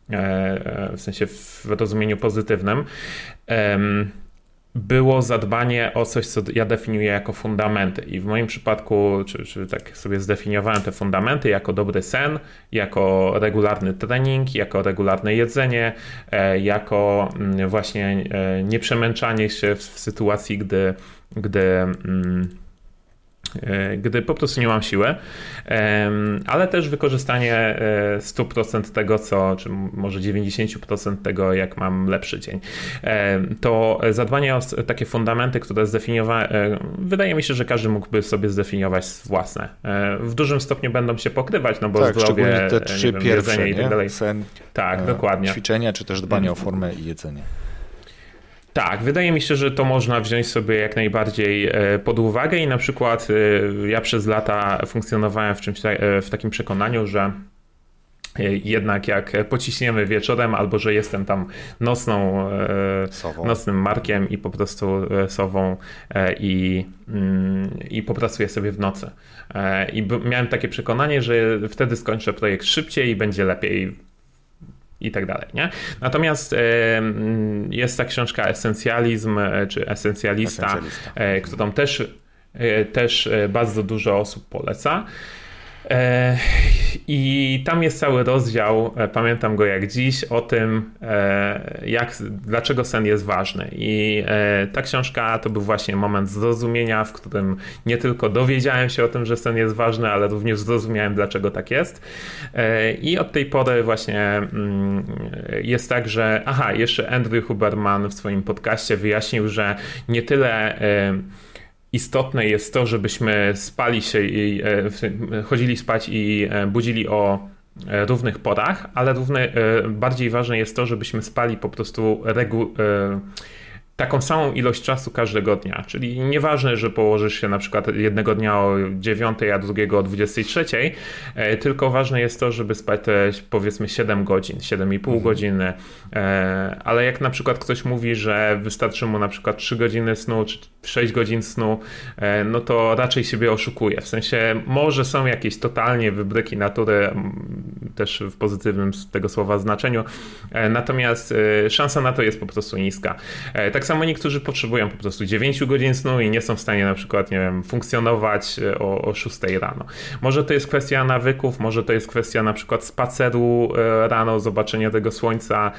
w sensie w rozumieniu pozytywnym, było zadbanie o coś, co ja definiuję jako fundamenty. I w moim przypadku, czy, czy tak sobie zdefiniowałem te fundamenty jako dobry sen, jako regularny trening, jako regularne jedzenie, jako właśnie nieprzemęczanie się w sytuacji, gdy, gdy gdy po prostu nie mam siły, ale też wykorzystanie sto procent tego, co, czy może dziewięćdziesiąt procent tego, jak mam lepszy dzień. To zadbanie o takie fundamenty, które zdefiniowałem, wydaje mi się, że każdy mógłby sobie zdefiniować własne. W dużym stopniu będą się pokrywać, no bo tak, zdrowie, te trzy wiem, pierwsze, jedzenie i tak dalej. Sen, tak, dokładnie. Ćwiczenia, czy też dbanie o formę i jedzenie. Tak, wydaje mi się, że to można wziąć sobie jak najbardziej pod uwagę i na przykład ja przez lata funkcjonowałem w czymś w takim przekonaniu, że jednak jak pociśniemy wieczorem albo że jestem tam nocną, sową. nocnym markiem i po prostu sową i, i popracuję sobie w nocy. I miałem takie przekonanie, że wtedy skończę projekt szybciej i będzie lepiej. i tak dalej, nie? Natomiast jest ta książka Esencjalizm, czy Esencjalista, Esencjalista. którą też, też bardzo dużo osób poleca. I tam jest cały rozdział, pamiętam go jak dziś, o tym, jak, dlaczego sen jest ważny. I ta książka to był właśnie moment zrozumienia, w którym nie tylko dowiedziałem się o tym, że sen jest ważny, ale również zrozumiałem, dlaczego tak jest. I od tej pory właśnie jest tak, że aha, jeszcze Andrew Huberman w swoim podcaście wyjaśnił, że nie tyle istotne jest to, żebyśmy spali się i chodzili spać i budzili o równych porach, ale równe, bardziej ważne jest to, żebyśmy spali po prostu regu- taką samą ilość czasu każdego dnia. Czyli nieważne, że położysz się na przykład jednego dnia o dziewiątej, a drugiego o dwudziestej trzeciej, tylko ważne jest to, żeby spać te powiedzmy siedem godzin, siedem i pół mhm. godziny. Ale jak na przykład ktoś mówi, że wystarczy mu na przykład trzy godziny snu, czy sześć godzin snu, no to raczej siebie oszukuje. W sensie może są jakieś totalnie wybryki natury, też w pozytywnym tego słowa znaczeniu, natomiast szansa na to jest po prostu niska. Tak samo niektórzy potrzebują po prostu dziewięć godzin snu i nie są w stanie na przykład, nie wiem, funkcjonować o, o szóstej rano. Może to jest kwestia nawyków, może to jest kwestia na przykład spaceru rano, zobaczenia tego słońca,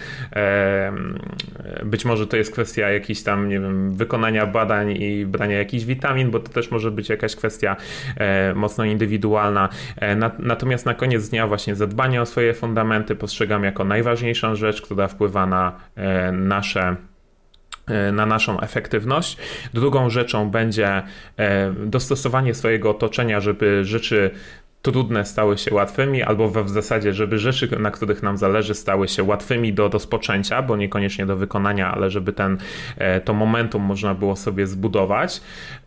być może to jest kwestia jakichś tam, nie wiem, wykonania badań i brania jakichś witamin, bo to też może być jakaś kwestia mocno indywidualna. Natomiast na koniec dnia właśnie zadbanie o swoje fundamenty postrzegam jako najważniejszą rzecz, która wpływa na nasze na naszą efektywność. Drugą rzeczą będzie dostosowanie swojego otoczenia, żeby rzeczy trudne stały się łatwymi, albo w zasadzie, żeby rzeczy, na których nam zależy, stały się łatwymi do rozpoczęcia, bo niekoniecznie do wykonania, ale żeby ten, to momentum można było sobie zbudować.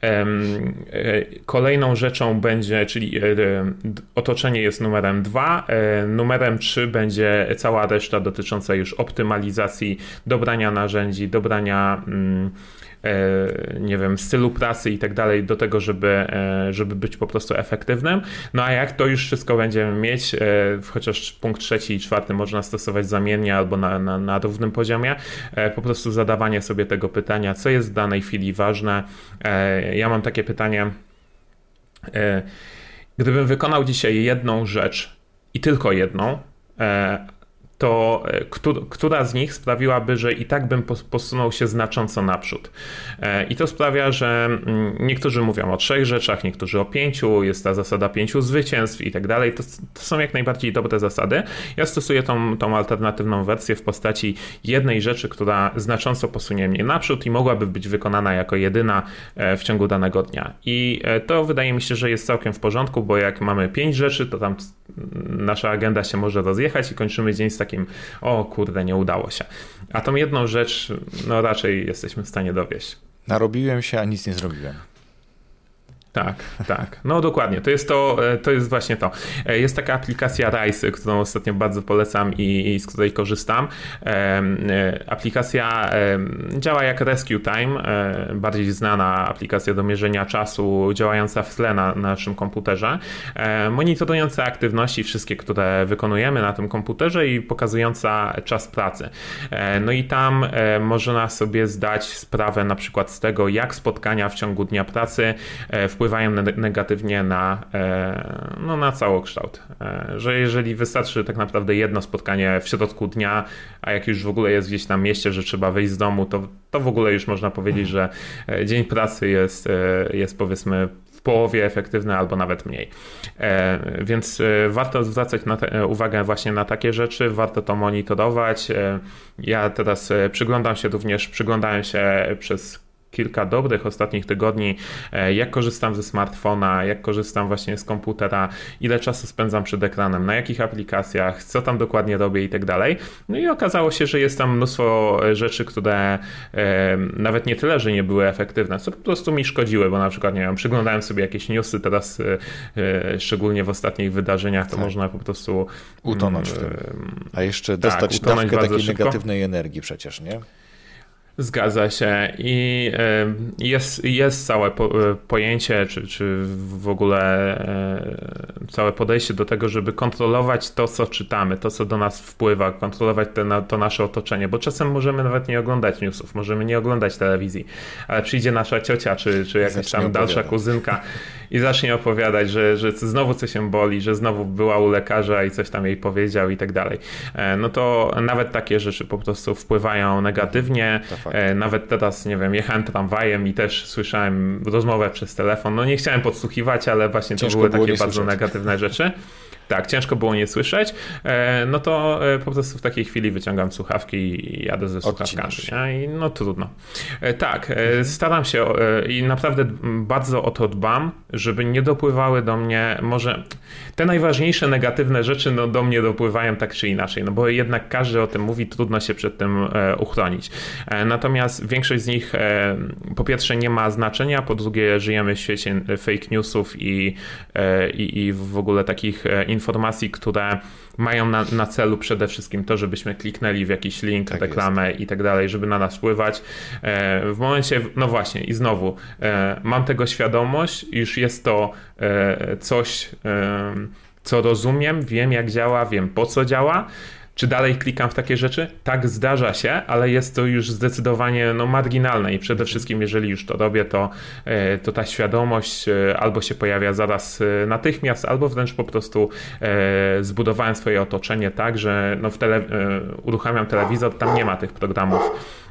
Kolejną rzeczą będzie, czyli otoczenie jest numerem dwa, numerem trzy będzie cała reszta dotycząca już optymalizacji, dobrania narzędzi, dobrania nie wiem, stylu pracy i tak dalej do tego, żeby, żeby być po prostu efektywnym. No a jak to już wszystko będziemy mieć, chociaż punkt trzeci i czwarty można stosować zamiennie albo na, na, na równym poziomie, po prostu zadawanie sobie tego pytania, co jest w danej chwili ważne. Ja mam takie pytanie, gdybym wykonał dzisiaj jedną rzecz i tylko jedną, to która z nich sprawiłaby, że i tak bym posunął się znacząco naprzód. I to sprawia, że niektórzy mówią o trzech rzeczach, niektórzy o pięciu, jest ta zasada pięciu zwycięstw i tak dalej. To, to są jak najbardziej dobre zasady. Ja stosuję tą, tą alternatywną wersję w postaci jednej rzeczy, która znacząco posunie mnie naprzód i mogłaby być wykonana jako jedyna w ciągu danego dnia. I to wydaje mi się, że jest całkiem w porządku, bo jak mamy pięć rzeczy, to tam nasza agenda się może rozjechać i kończymy dzień z takim o kurde, nie udało się. A tą jedną rzecz, no raczej jesteśmy w stanie dowieść. Narobiłem się, a nic nie zrobiłem. Tak, tak. No dokładnie. To jest to, to jest właśnie to. Jest taka aplikacja Rise, którą ostatnio bardzo polecam i, i z której korzystam. Aplikacja działa jak Rescue Time, bardziej znana aplikacja do mierzenia czasu, działająca w tle na, na naszym komputerze, monitorująca aktywności wszystkie, które wykonujemy na tym komputerze i pokazująca czas pracy. No i tam można sobie zdać sprawę na przykład z tego, jak spotkania w ciągu dnia pracy wpływają negatywnie na, no, na całokształt. Że jeżeli wystarczy tak naprawdę jedno spotkanie w środku dnia, a jak już w ogóle jest gdzieś na mieście, że trzeba wyjść z domu, to, to w ogóle już można powiedzieć, że dzień pracy jest, jest powiedzmy w połowie efektywny albo nawet mniej. Więc warto zwracać na te, uwagę właśnie na takie rzeczy, warto to monitorować. Ja teraz przyglądam się również, przyglądałem się przez kilka dobrych ostatnich tygodni, jak korzystam ze smartfona, jak korzystam właśnie z komputera, ile czasu spędzam przed ekranem, na jakich aplikacjach, co tam dokładnie robię i tak dalej. No i okazało się, że jest tam mnóstwo rzeczy, które e, nawet nie tyle, że nie były efektywne, co po prostu mi szkodziły, bo na przykład, nie wiem, przyglądałem sobie jakieś newsy teraz, e, szczególnie w ostatnich wydarzeniach, to tak. Można po prostu utonąć w tym. A jeszcze dostać tak, dawkę takiej szybko. Negatywnej energii przecież, nie? Zgadza się i jest, jest całe pojęcie, czy, czy w ogóle całe podejście do tego, żeby kontrolować to, co czytamy, to, co do nas wpływa, kontrolować te, to nasze otoczenie, bo czasem możemy nawet nie oglądać newsów, możemy nie oglądać telewizji, ale przyjdzie nasza ciocia, czy, czy jakaś tam dalsza kuzynka i zacznie opowiadać, że, że znowu coś się boli, że znowu była u lekarza i coś tam jej powiedział i tak dalej. No to nawet takie rzeczy po prostu wpływają negatywnie. Nawet teraz, nie wiem, jechałem tramwajem i też słyszałem rozmowę przez telefon. No nie chciałem podsłuchiwać, ale właśnie to były takie bardzo słyszeć. negatywne rzeczy. Tak, ciężko było nie słyszeć, no to po prostu w takiej chwili wyciągam słuchawki i jadę ze słuchawkami. I no trudno. Tak, mhm. staram się i naprawdę bardzo o to dbam, żeby nie dopływały do mnie, może te najważniejsze negatywne rzeczy no, do mnie dopływają tak czy inaczej, no bo jednak każdy o tym mówi, trudno się przed tym uchronić. Natomiast większość z nich po pierwsze nie ma znaczenia, po drugie żyjemy w świecie fake newsów i, i, i w ogóle takich informacji, które mają na, na celu przede wszystkim to, żebyśmy kliknęli w jakiś link, tak reklamę jest. i tak dalej, żeby na nas wpływać. W momencie, no właśnie i znowu, mam tego świadomość, iż jest to coś, co rozumiem, wiem jak działa, wiem po co działa. Czy dalej klikam w takie rzeczy? Tak, zdarza się, ale jest to już zdecydowanie no, marginalne i przede wszystkim jeżeli już to robię, to, to ta świadomość albo się pojawia zaraz natychmiast, albo wręcz po prostu zbudowałem swoje otoczenie tak, że no, w tele, uruchamiam telewizor, tam nie ma tych programów.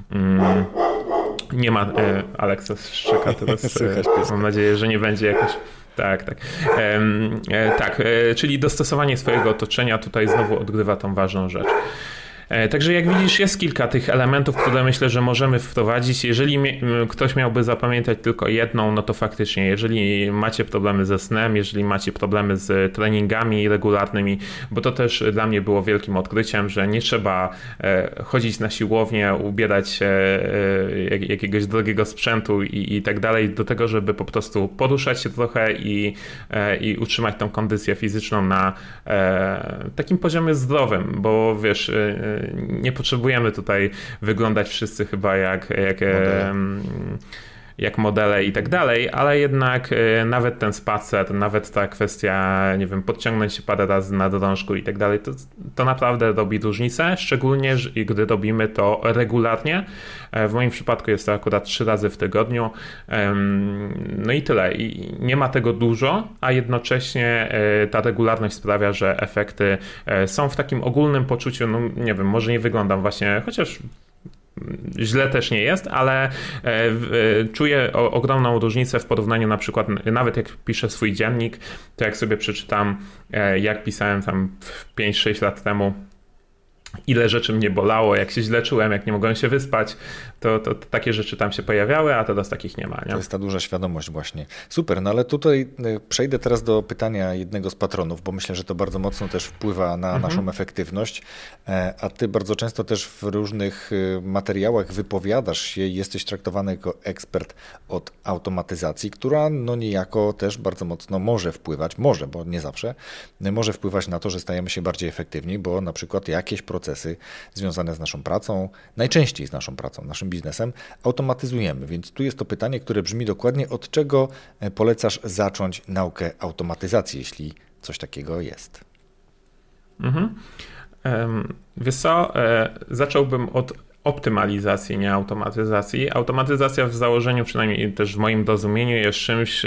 Nie ma, Aleksa szczeka teraz, mam nadzieję, że nie będzie jakoś... Tak, tak. E, e, tak, e, czyli dostosowanie swojego otoczenia tutaj znowu odgrywa tą ważną rzecz. Także jak widzisz, jest kilka tych elementów, które myślę, że możemy wprowadzić. Jeżeli ktoś miałby zapamiętać tylko jedną, no to faktycznie, jeżeli macie problemy ze snem, jeżeli macie problemy z treningami regularnymi, bo to też dla mnie było wielkim odkryciem, że nie trzeba chodzić na siłownię, ubierać się jakiegoś drogiego sprzętu i, i tak dalej, do tego, żeby po prostu poruszać się trochę i, i utrzymać tą kondycję fizyczną na takim poziomie zdrowym, bo wiesz, nie potrzebujemy tutaj wyglądać wszyscy chyba jak, jak, modele. jak modele i tak dalej, ale jednak nawet ten spacer, nawet ta kwestia, nie wiem, podciągnąć się parę razy na drążku i tak dalej, to, to naprawdę robi różnicę, szczególnie gdy robimy to regularnie. W moim przypadku jest to akurat trzy razy w tygodniu. No i tyle. I nie ma tego dużo, a jednocześnie ta regularność sprawia, że efekty są w takim ogólnym poczuciu, no nie wiem, może nie wyglądam właśnie, chociaż źle też nie jest, ale czuję ogromną różnicę w porównaniu na przykład, nawet jak piszę swój dziennik, to jak sobie przeczytam, jak pisałem tam pięć sześć lat temu, ile rzeczy mnie bolało, jak się źle czułem, jak nie mogłem się wyspać, to, to, to takie rzeczy tam się pojawiały, a teraz takich nie ma. Nie? To jest ta duża świadomość właśnie. Super, no ale tutaj przejdę teraz do pytania jednego z patronów, bo myślę, że to bardzo mocno też wpływa na mhm. naszą efektywność, a ty bardzo często też w różnych materiałach wypowiadasz się i jesteś traktowany jako ekspert od automatyzacji, która no niejako też bardzo mocno może wpływać, może, bo nie zawsze, może wpływać na to, że stajemy się bardziej efektywni, bo na przykład jakieś procesy związane z naszą pracą, najczęściej z naszą pracą, naszym biznesem, automatyzujemy. Więc tu jest to pytanie, które brzmi dokładnie, od czego polecasz zacząć naukę automatyzacji, jeśli coś takiego jest? Mhm. Wiesz co, zacząłbym od optymalizacji, nie automatyzacji. Automatyzacja w założeniu, przynajmniej też w moim rozumieniu, jest czymś,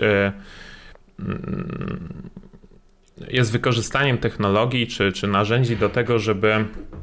jest wykorzystaniem technologii czy, czy narzędzi do tego, żeby,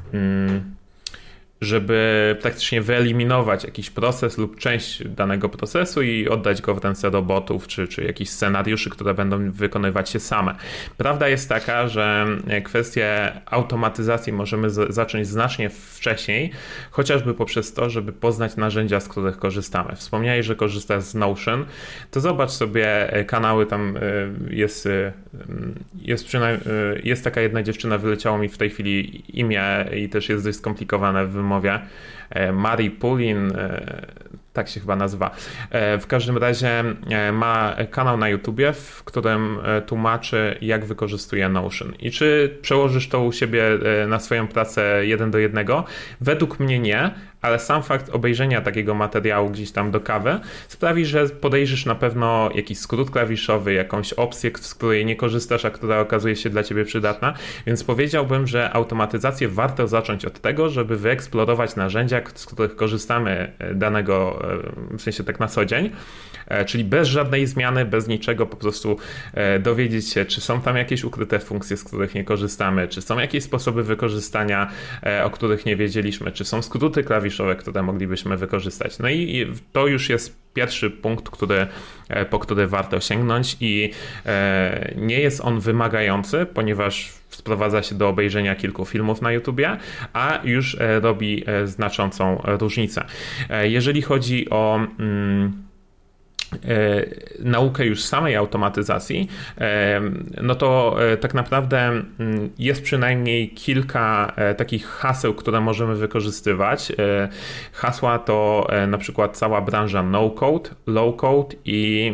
żeby praktycznie wyeliminować jakiś proces lub część danego procesu i oddać go w ręce robotów czy, czy jakichś scenariuszy, które będą wykonywać się same. Prawda jest taka, że kwestię automatyzacji możemy z, zacząć znacznie wcześniej, chociażby poprzez to, żeby poznać narzędzia, z których korzystamy. Wspomniałeś, że korzystasz z Notion, to zobacz sobie kanały, tam jest, jest, przynajmniej, jest taka jedna dziewczyna, wyleciało mi w tej chwili imię i też jest dość skomplikowane w wymowie, Marie Pulin, tak się chyba nazywa. W każdym razie ma kanał na YouTubie, w którym tłumaczy, jak wykorzystuje Notion. I czy przełożysz to u siebie na swoją pracę jeden do jednego? Według mnie nie, ale sam fakt obejrzenia takiego materiału gdzieś tam do kawy sprawi, że podejrzysz na pewno jakiś skrót klawiszowy, jakąś opcję, z której nie korzystasz, a która okazuje się dla ciebie przydatna, więc powiedziałbym, że automatyzację warto zacząć od tego, żeby wyeksplorować narzędzia, z których korzystamy danego, w sensie tak na co dzień, czyli bez żadnej zmiany, bez niczego, po prostu dowiedzieć się, czy są tam jakieś ukryte funkcje, z których nie korzystamy, czy są jakieś sposoby wykorzystania, o których nie wiedzieliśmy, czy są skróty klawiszowe, które moglibyśmy wykorzystać. No i to już jest pierwszy punkt, który, po który warto sięgnąć i nie jest on wymagający, ponieważ sprowadza się do obejrzenia kilku filmów na YouTubie, a już robi znaczącą różnicę. Jeżeli chodzi o naukę już samej automatyzacji, no to tak naprawdę jest przynajmniej kilka takich haseł, które możemy wykorzystywać. Hasła to na przykład cała branża no-code, low-code i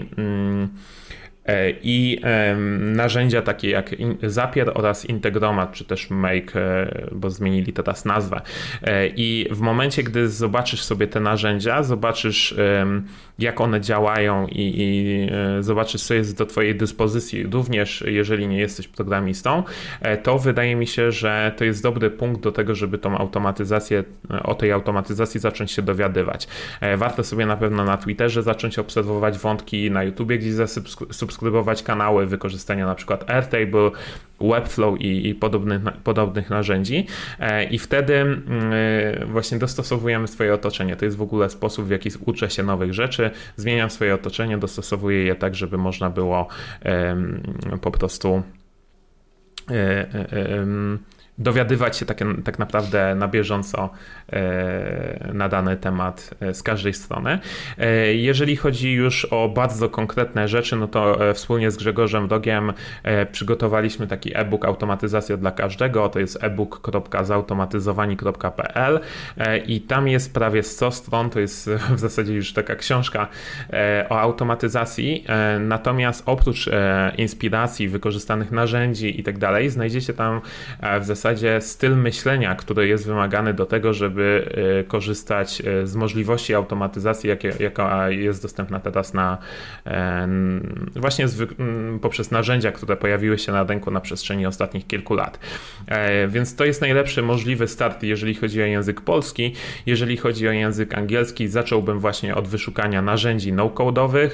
i narzędzia takie jak Zapier oraz Integromat, czy też Make, bo zmienili teraz nazwę. I w momencie, gdy zobaczysz sobie te narzędzia, zobaczysz jak one działają i, i zobaczysz, co jest do twojej dyspozycji, również jeżeli nie jesteś programistą, to wydaje mi się, że to jest dobry punkt do tego, żeby tą automatyzację, o tej automatyzacji zacząć się dowiadywać. Warto sobie na pewno na Twitterze zacząć obserwować wątki, na YouTubie gdzieś zasubskrybować kanały, wykorzystania na przykład Airtable, Webflow i, i podobnych, podobnych narzędzi i wtedy właśnie dostosowujemy swoje otoczenie. To jest w ogóle sposób, w jaki uczę się nowych rzeczy, zmieniam swoje otoczenie, dostosowuję je tak, żeby można było um, po prostu um, um, dowiadywać się tak, tak naprawdę na bieżąco e, na dany temat e, z każdej strony. E, jeżeli chodzi już o bardzo konkretne rzeczy, no to e, wspólnie z Grzegorzem Dogiem e, przygotowaliśmy taki e-book Automatyzacja dla każdego. To jest ebook kropka zautomatyzowani kropka p l e, i tam jest prawie sto stron. To jest w zasadzie już taka książka e, o automatyzacji. E, natomiast oprócz e, inspiracji, wykorzystanych narzędzi i tak dalej, znajdziecie tam e, w zasadzie styl myślenia, który jest wymagany do tego, żeby korzystać z możliwości automatyzacji, jakie, jaka jest dostępna teraz na właśnie z, poprzez narzędzia, które pojawiły się na rynku na przestrzeni ostatnich kilku lat. Więc to jest najlepszy możliwy start, jeżeli chodzi o język polski. Jeżeli chodzi o język angielski, zacząłbym właśnie od wyszukania narzędzi no-code'owych,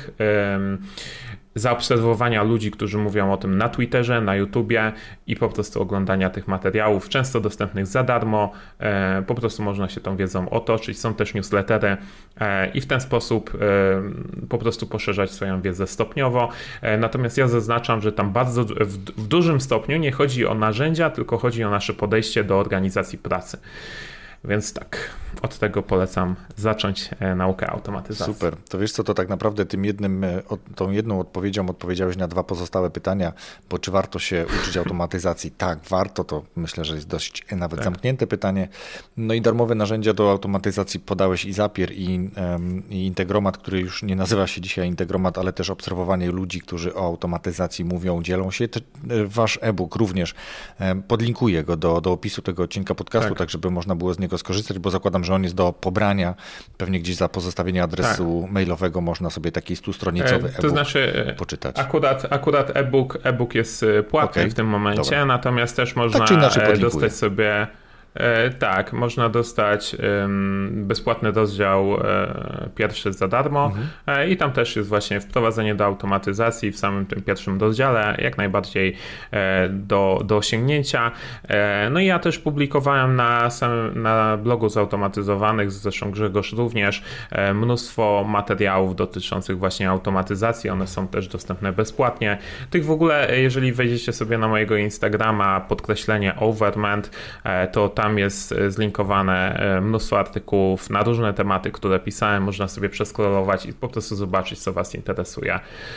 zaobserwowania ludzi, którzy mówią o tym na Twitterze, na YouTubie i po prostu oglądania tych materiałów, często dostępnych za darmo, po prostu można się tą wiedzą otoczyć, są też newslettery i w ten sposób po prostu poszerzać swoją wiedzę stopniowo. Natomiast ja zaznaczam, że tam bardzo w dużym stopniu nie chodzi o narzędzia, tylko chodzi o nasze podejście do organizacji pracy. Więc tak, od tego polecam zacząć naukę automatyzacji. Super. To wiesz co, to tak naprawdę tym jednym, tą jedną odpowiedzią odpowiedziałeś na dwa pozostałe pytania, bo czy warto się uczyć automatyzacji? Tak, warto, to myślę, że jest dość nawet tak. zamknięte pytanie. No i darmowe narzędzia do automatyzacji podałeś i Zapier, i, um, i Integromat, który już nie nazywa się dzisiaj Integromat, ale też obserwowanie ludzi, którzy o automatyzacji mówią, dzielą się. Te, wasz e-book również, um, podlinkuję go do, do opisu tego odcinka podcastu, tak. tak żeby można było z niego skorzystać, bo zakładam, że on jest do pobrania. Pewnie gdzieś za pozostawienie adresu tak. mailowego można sobie taki stustronicowy e-book to znaczy, poczytać. Akurat, akurat e-book, e-book jest płatny okay. w tym momencie, dobra. Natomiast też można tak dostać sobie E, tak, można dostać e, bezpłatny rozdział e, pierwszy za darmo mhm. e, i tam też jest właśnie wprowadzenie do automatyzacji w samym tym pierwszym rozdziale, jak najbardziej e, do, do osiągnięcia. E, no i ja też publikowałem na, samym, na blogu zautomatyzowanych, zresztą Grzegorz również, e, mnóstwo materiałów dotyczących właśnie automatyzacji, one są też dostępne bezpłatnie. Tych w ogóle, jeżeli wejdziecie sobie na mojego Instagrama, podkreślenie Overment, e, to tam Tam jest zlinkowane mnóstwo artykułów na różne tematy, które pisałem. Można sobie przeskrolować i po prostu zobaczyć, co was interesuje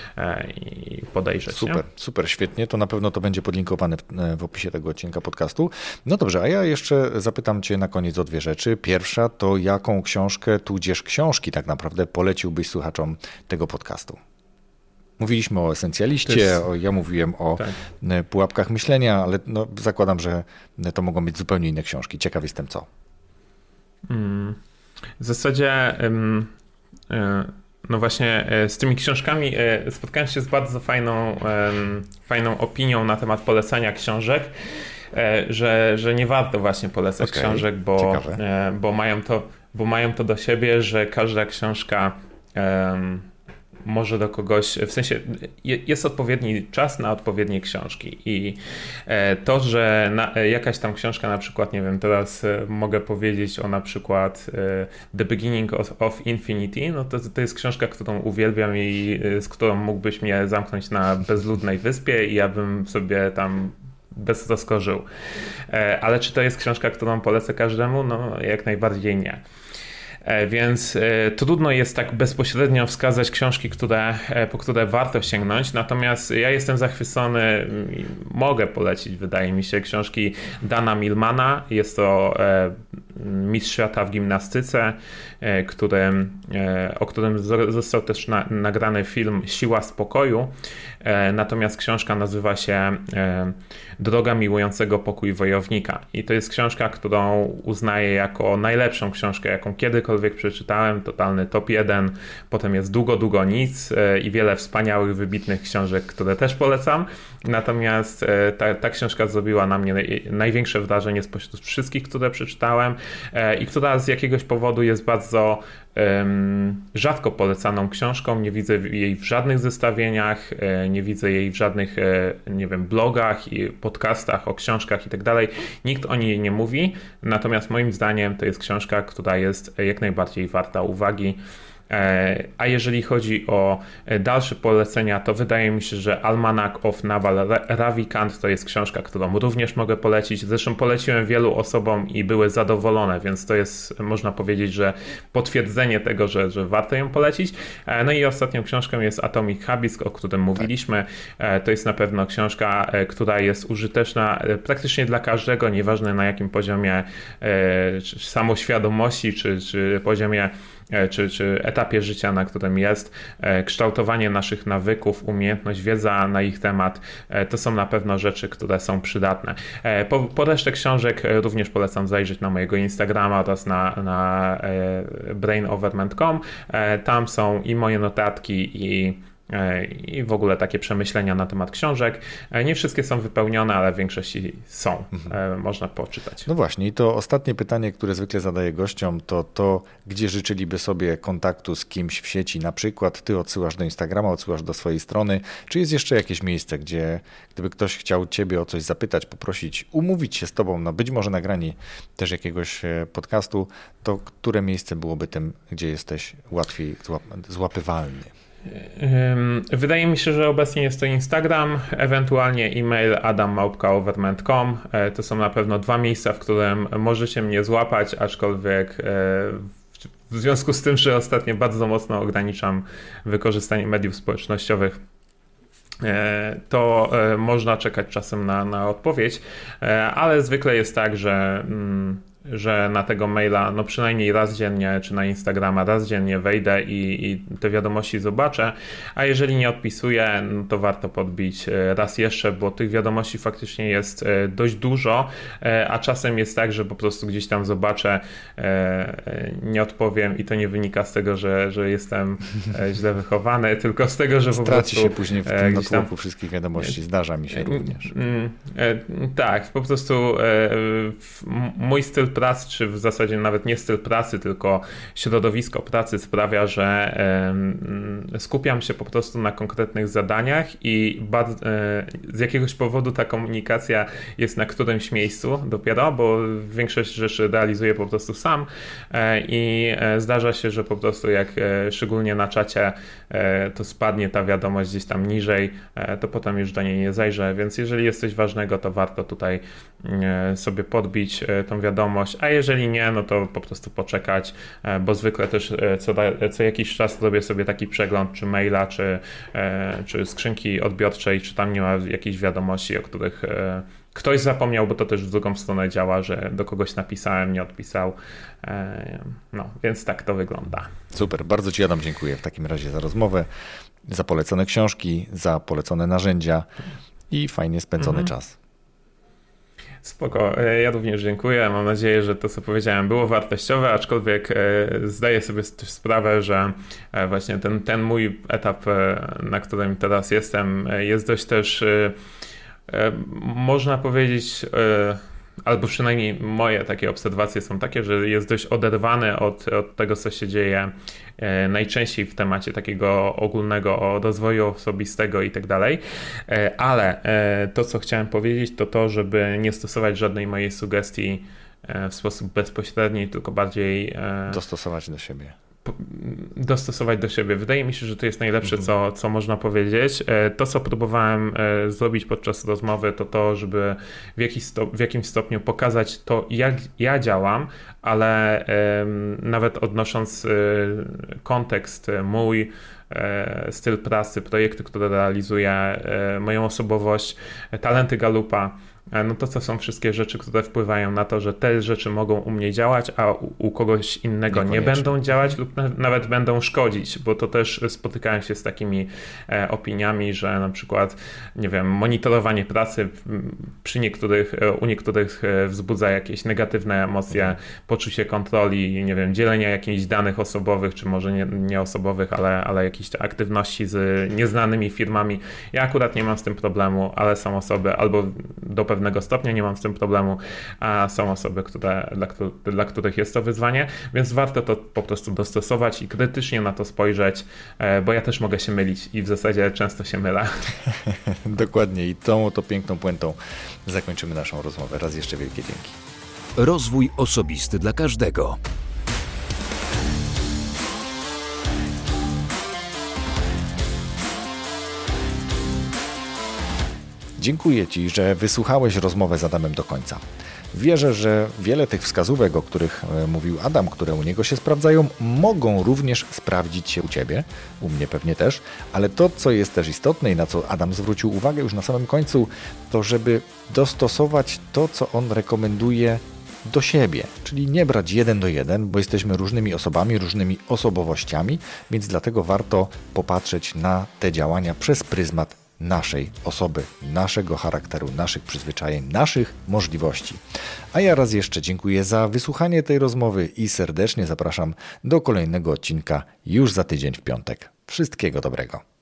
i podejrzeć. Super, nie? super, świetnie. To na pewno to będzie podlinkowane w, w opisie tego odcinka podcastu. No dobrze, a ja jeszcze zapytam cię na koniec o dwie rzeczy. Pierwsza to jaką książkę, tudzież książki tak naprawdę poleciłbyś słuchaczom tego podcastu? Mówiliśmy o esencjaliście, jest... o, ja mówiłem o tak. pułapkach myślenia, ale no, zakładam, że to mogą być zupełnie inne książki. Ciekaw jestem co. Hmm. W zasadzie no właśnie z tymi książkami spotkałem się z bardzo fajną, fajną opinią na temat polecania książek, że, że nie warto właśnie polecać okay. książek, bo, bo, mają to, bo mają to do siebie, że każda książka um, może do kogoś, w sensie jest odpowiedni czas na odpowiednie książki i to, że na, jakaś tam książka na przykład, nie wiem, teraz mogę powiedzieć o na przykład The Beginning of, of Infinity, no to, to jest książka, którą uwielbiam i z którą mógłbyś mnie zamknąć na bezludnej wyspie i ja bym sobie tam beztrosko żył. Ale czy to jest książka, którą polecę każdemu? No jak najbardziej nie. Więc trudno jest tak bezpośrednio wskazać książki, które, po które warto sięgnąć, natomiast ja jestem zachwycony, mogę polecić, wydaje mi się, książki Dana Millmana. Jest to mistrz świata w gimnastyce, który, o którym został też na, nagrany film Siła spokoju, natomiast książka nazywa się Droga miłującego pokój wojownika i to jest książka, którą uznaję jako najlepszą książkę, jaką kiedykolwiek przeczytałem, totalny top jeden, potem jest Długo, długo nic i wiele wspaniałych, wybitnych książek, które też polecam, natomiast ta, ta książka zrobiła na mnie największe wrażenie spośród wszystkich, które przeczytałem i która z jakiegoś powodu jest bardzo um, rzadko polecaną książką, nie widzę jej w żadnych zestawieniach, nie widzę jej w żadnych, nie wiem, blogach i podcastach o książkach i tak dalej. Nikt o niej nie mówi, natomiast moim zdaniem to jest książka, która jest jak najbardziej warta uwagi. A jeżeli chodzi o dalsze polecenia, to wydaje mi się, że Almanac of Naval Ravikant to jest książka, którą również mogę polecić. Zresztą poleciłem wielu osobom i były zadowolone, więc to jest, można powiedzieć, że potwierdzenie tego, że, że warto ją polecić. No i ostatnią książką jest Atomic Habits, o którym mówiliśmy. To jest na pewno książka, która jest użyteczna praktycznie dla każdego, nieważne na jakim poziomie samoświadomości czy, czy poziomie Czy, czy etapie życia, na którym jest, kształtowanie naszych nawyków, umiejętność, wiedza na ich temat, to są na pewno rzeczy, które są przydatne. Po, po resztę książek również polecam zajrzeć na mojego Instagrama oraz na, na brain overment kropka com. Tam są i moje notatki, i i w ogóle takie przemyślenia na temat książek. Nie wszystkie są wypełnione, ale w większości są. Mhm. Można poczytać. No właśnie, i to ostatnie pytanie, które zwykle zadaję gościom, to to, gdzie życzyliby sobie kontaktu z kimś w sieci, na przykład ty odsyłasz do Instagrama, odsyłasz do swojej strony, czy jest jeszcze jakieś miejsce, gdzie gdyby ktoś chciał ciebie o coś zapytać, poprosić, umówić się z tobą, no być może nagranie też jakiegoś podcastu, to które miejsce byłoby tym, gdzie jesteś łatwiej złapywalny? Wydaje mi się, że obecnie jest to Instagram, ewentualnie e-mail adam małpka overment kropka com. To są na pewno dwa miejsca, w którym możecie mnie złapać, aczkolwiek w związku z tym, że ostatnio bardzo mocno ograniczam wykorzystanie mediów społecznościowych, to można czekać czasem na, na odpowiedź, ale zwykle jest tak, że że na tego maila no przynajmniej raz dziennie, czy na Instagrama raz dziennie wejdę i, i te wiadomości zobaczę, a jeżeli nie odpisuję, no to warto podbić raz jeszcze, bo tych wiadomości faktycznie jest dość dużo, a czasem jest tak, że po prostu gdzieś tam zobaczę, nie odpowiem i to nie wynika z tego, że, że jestem źle wychowany, tylko z tego, że po Straci prostu... Straci się później w tym natłoku tam... wszystkich wiadomości, zdarza mi się również. Tak, po prostu mój styl pracy, czy w zasadzie nawet nie styl pracy, tylko środowisko pracy sprawia, że skupiam się po prostu na konkretnych zadaniach i bardzo, z jakiegoś powodu ta komunikacja jest na którymś miejscu dopiero, bo większość rzeczy realizuję po prostu sam i zdarza się, że po prostu jak szczególnie na czacie to spadnie ta wiadomość gdzieś tam niżej, to potem już do niej nie zajrzę, więc jeżeli jest coś ważnego, to warto tutaj sobie podbić tą wiadomość, a jeżeli nie, no to po prostu poczekać, bo zwykle też co, da, co jakiś czas robię sobie taki przegląd, czy maila, czy, czy skrzynki odbiorczej, czy tam nie ma jakichś wiadomości, o których ktoś zapomniał, bo to też w drugą stronę działa, że do kogoś napisałem, nie odpisał. No, więc tak to wygląda. Super, bardzo Ci, Adam, dziękuję w takim razie za rozmowę, za polecone książki, za polecone narzędzia i fajnie spędzony mhm. czas. Spoko, ja również dziękuję. Mam nadzieję, że to, co powiedziałem, było wartościowe, aczkolwiek zdaję sobie też sprawę, że właśnie ten, ten mój etap, na którym teraz jestem, jest dość też, można powiedzieć, albo przynajmniej moje takie obserwacje są takie, że jest dość oderwany od, od tego, co się dzieje e, najczęściej w temacie takiego ogólnego o rozwoju osobistego i tak dalej, e, ale e, to, co chciałem powiedzieć, to to, żeby nie stosować żadnej mojej sugestii e, w sposób bezpośredni, tylko bardziej e, dostosować do siebie. dostosować do siebie. Wydaje mi się, że to jest najlepsze, Mhm. co, co można powiedzieć. To, co próbowałem zrobić podczas rozmowy, to to, żeby w, jakiś stop, w jakimś stopniu pokazać to, jak ja działam, ale um, nawet odnosząc um, kontekst mój, um, styl pracy, projekty, które realizuję, um, moją osobowość, talenty Galupa, no to to są wszystkie rzeczy, które wpływają na to, że te rzeczy mogą u mnie działać, a u, u kogoś innego nie będą działać lub na, nawet będą szkodzić, bo to też spotykałem się z takimi e, opiniami, że na przykład, nie wiem, monitorowanie pracy przy niektórych, e, u niektórych e, wzbudza jakieś negatywne emocje, mhm. poczucie kontroli, nie wiem, dzielenia jakichś danych osobowych, czy może nie, nie osobowych, ale, ale jakichś aktywności z nieznanymi firmami. Ja akurat nie mam z tym problemu, ale są osoby albo do pewnego stopnia nie mam z tym problemu, a są osoby, które, dla, dla których jest to wyzwanie, więc warto to po prostu dostosować i krytycznie na to spojrzeć, bo ja też mogę się mylić i w zasadzie często się mylę. Dokładnie i tą oto piękną puentą zakończymy naszą rozmowę. Raz jeszcze wielkie dzięki. Rozwój osobisty dla każdego. Dziękuję Ci, że wysłuchałeś rozmowę z Adamem do końca. Wierzę, że wiele tych wskazówek, o których mówił Adam, które u niego się sprawdzają, mogą również sprawdzić się u Ciebie, u mnie pewnie też, ale to, co jest też istotne i na co Adam zwrócił uwagę już na samym końcu, to żeby dostosować to, co on rekomenduje do siebie, czyli nie brać jeden do jeden, bo jesteśmy różnymi osobami, różnymi osobowościami, więc dlatego warto popatrzeć na te działania przez pryzmat naszej osoby, naszego charakteru, naszych przyzwyczajeń, naszych możliwości. A ja raz jeszcze dziękuję za wysłuchanie tej rozmowy i serdecznie zapraszam do kolejnego odcinka już za tydzień w piątek. Wszystkiego dobrego.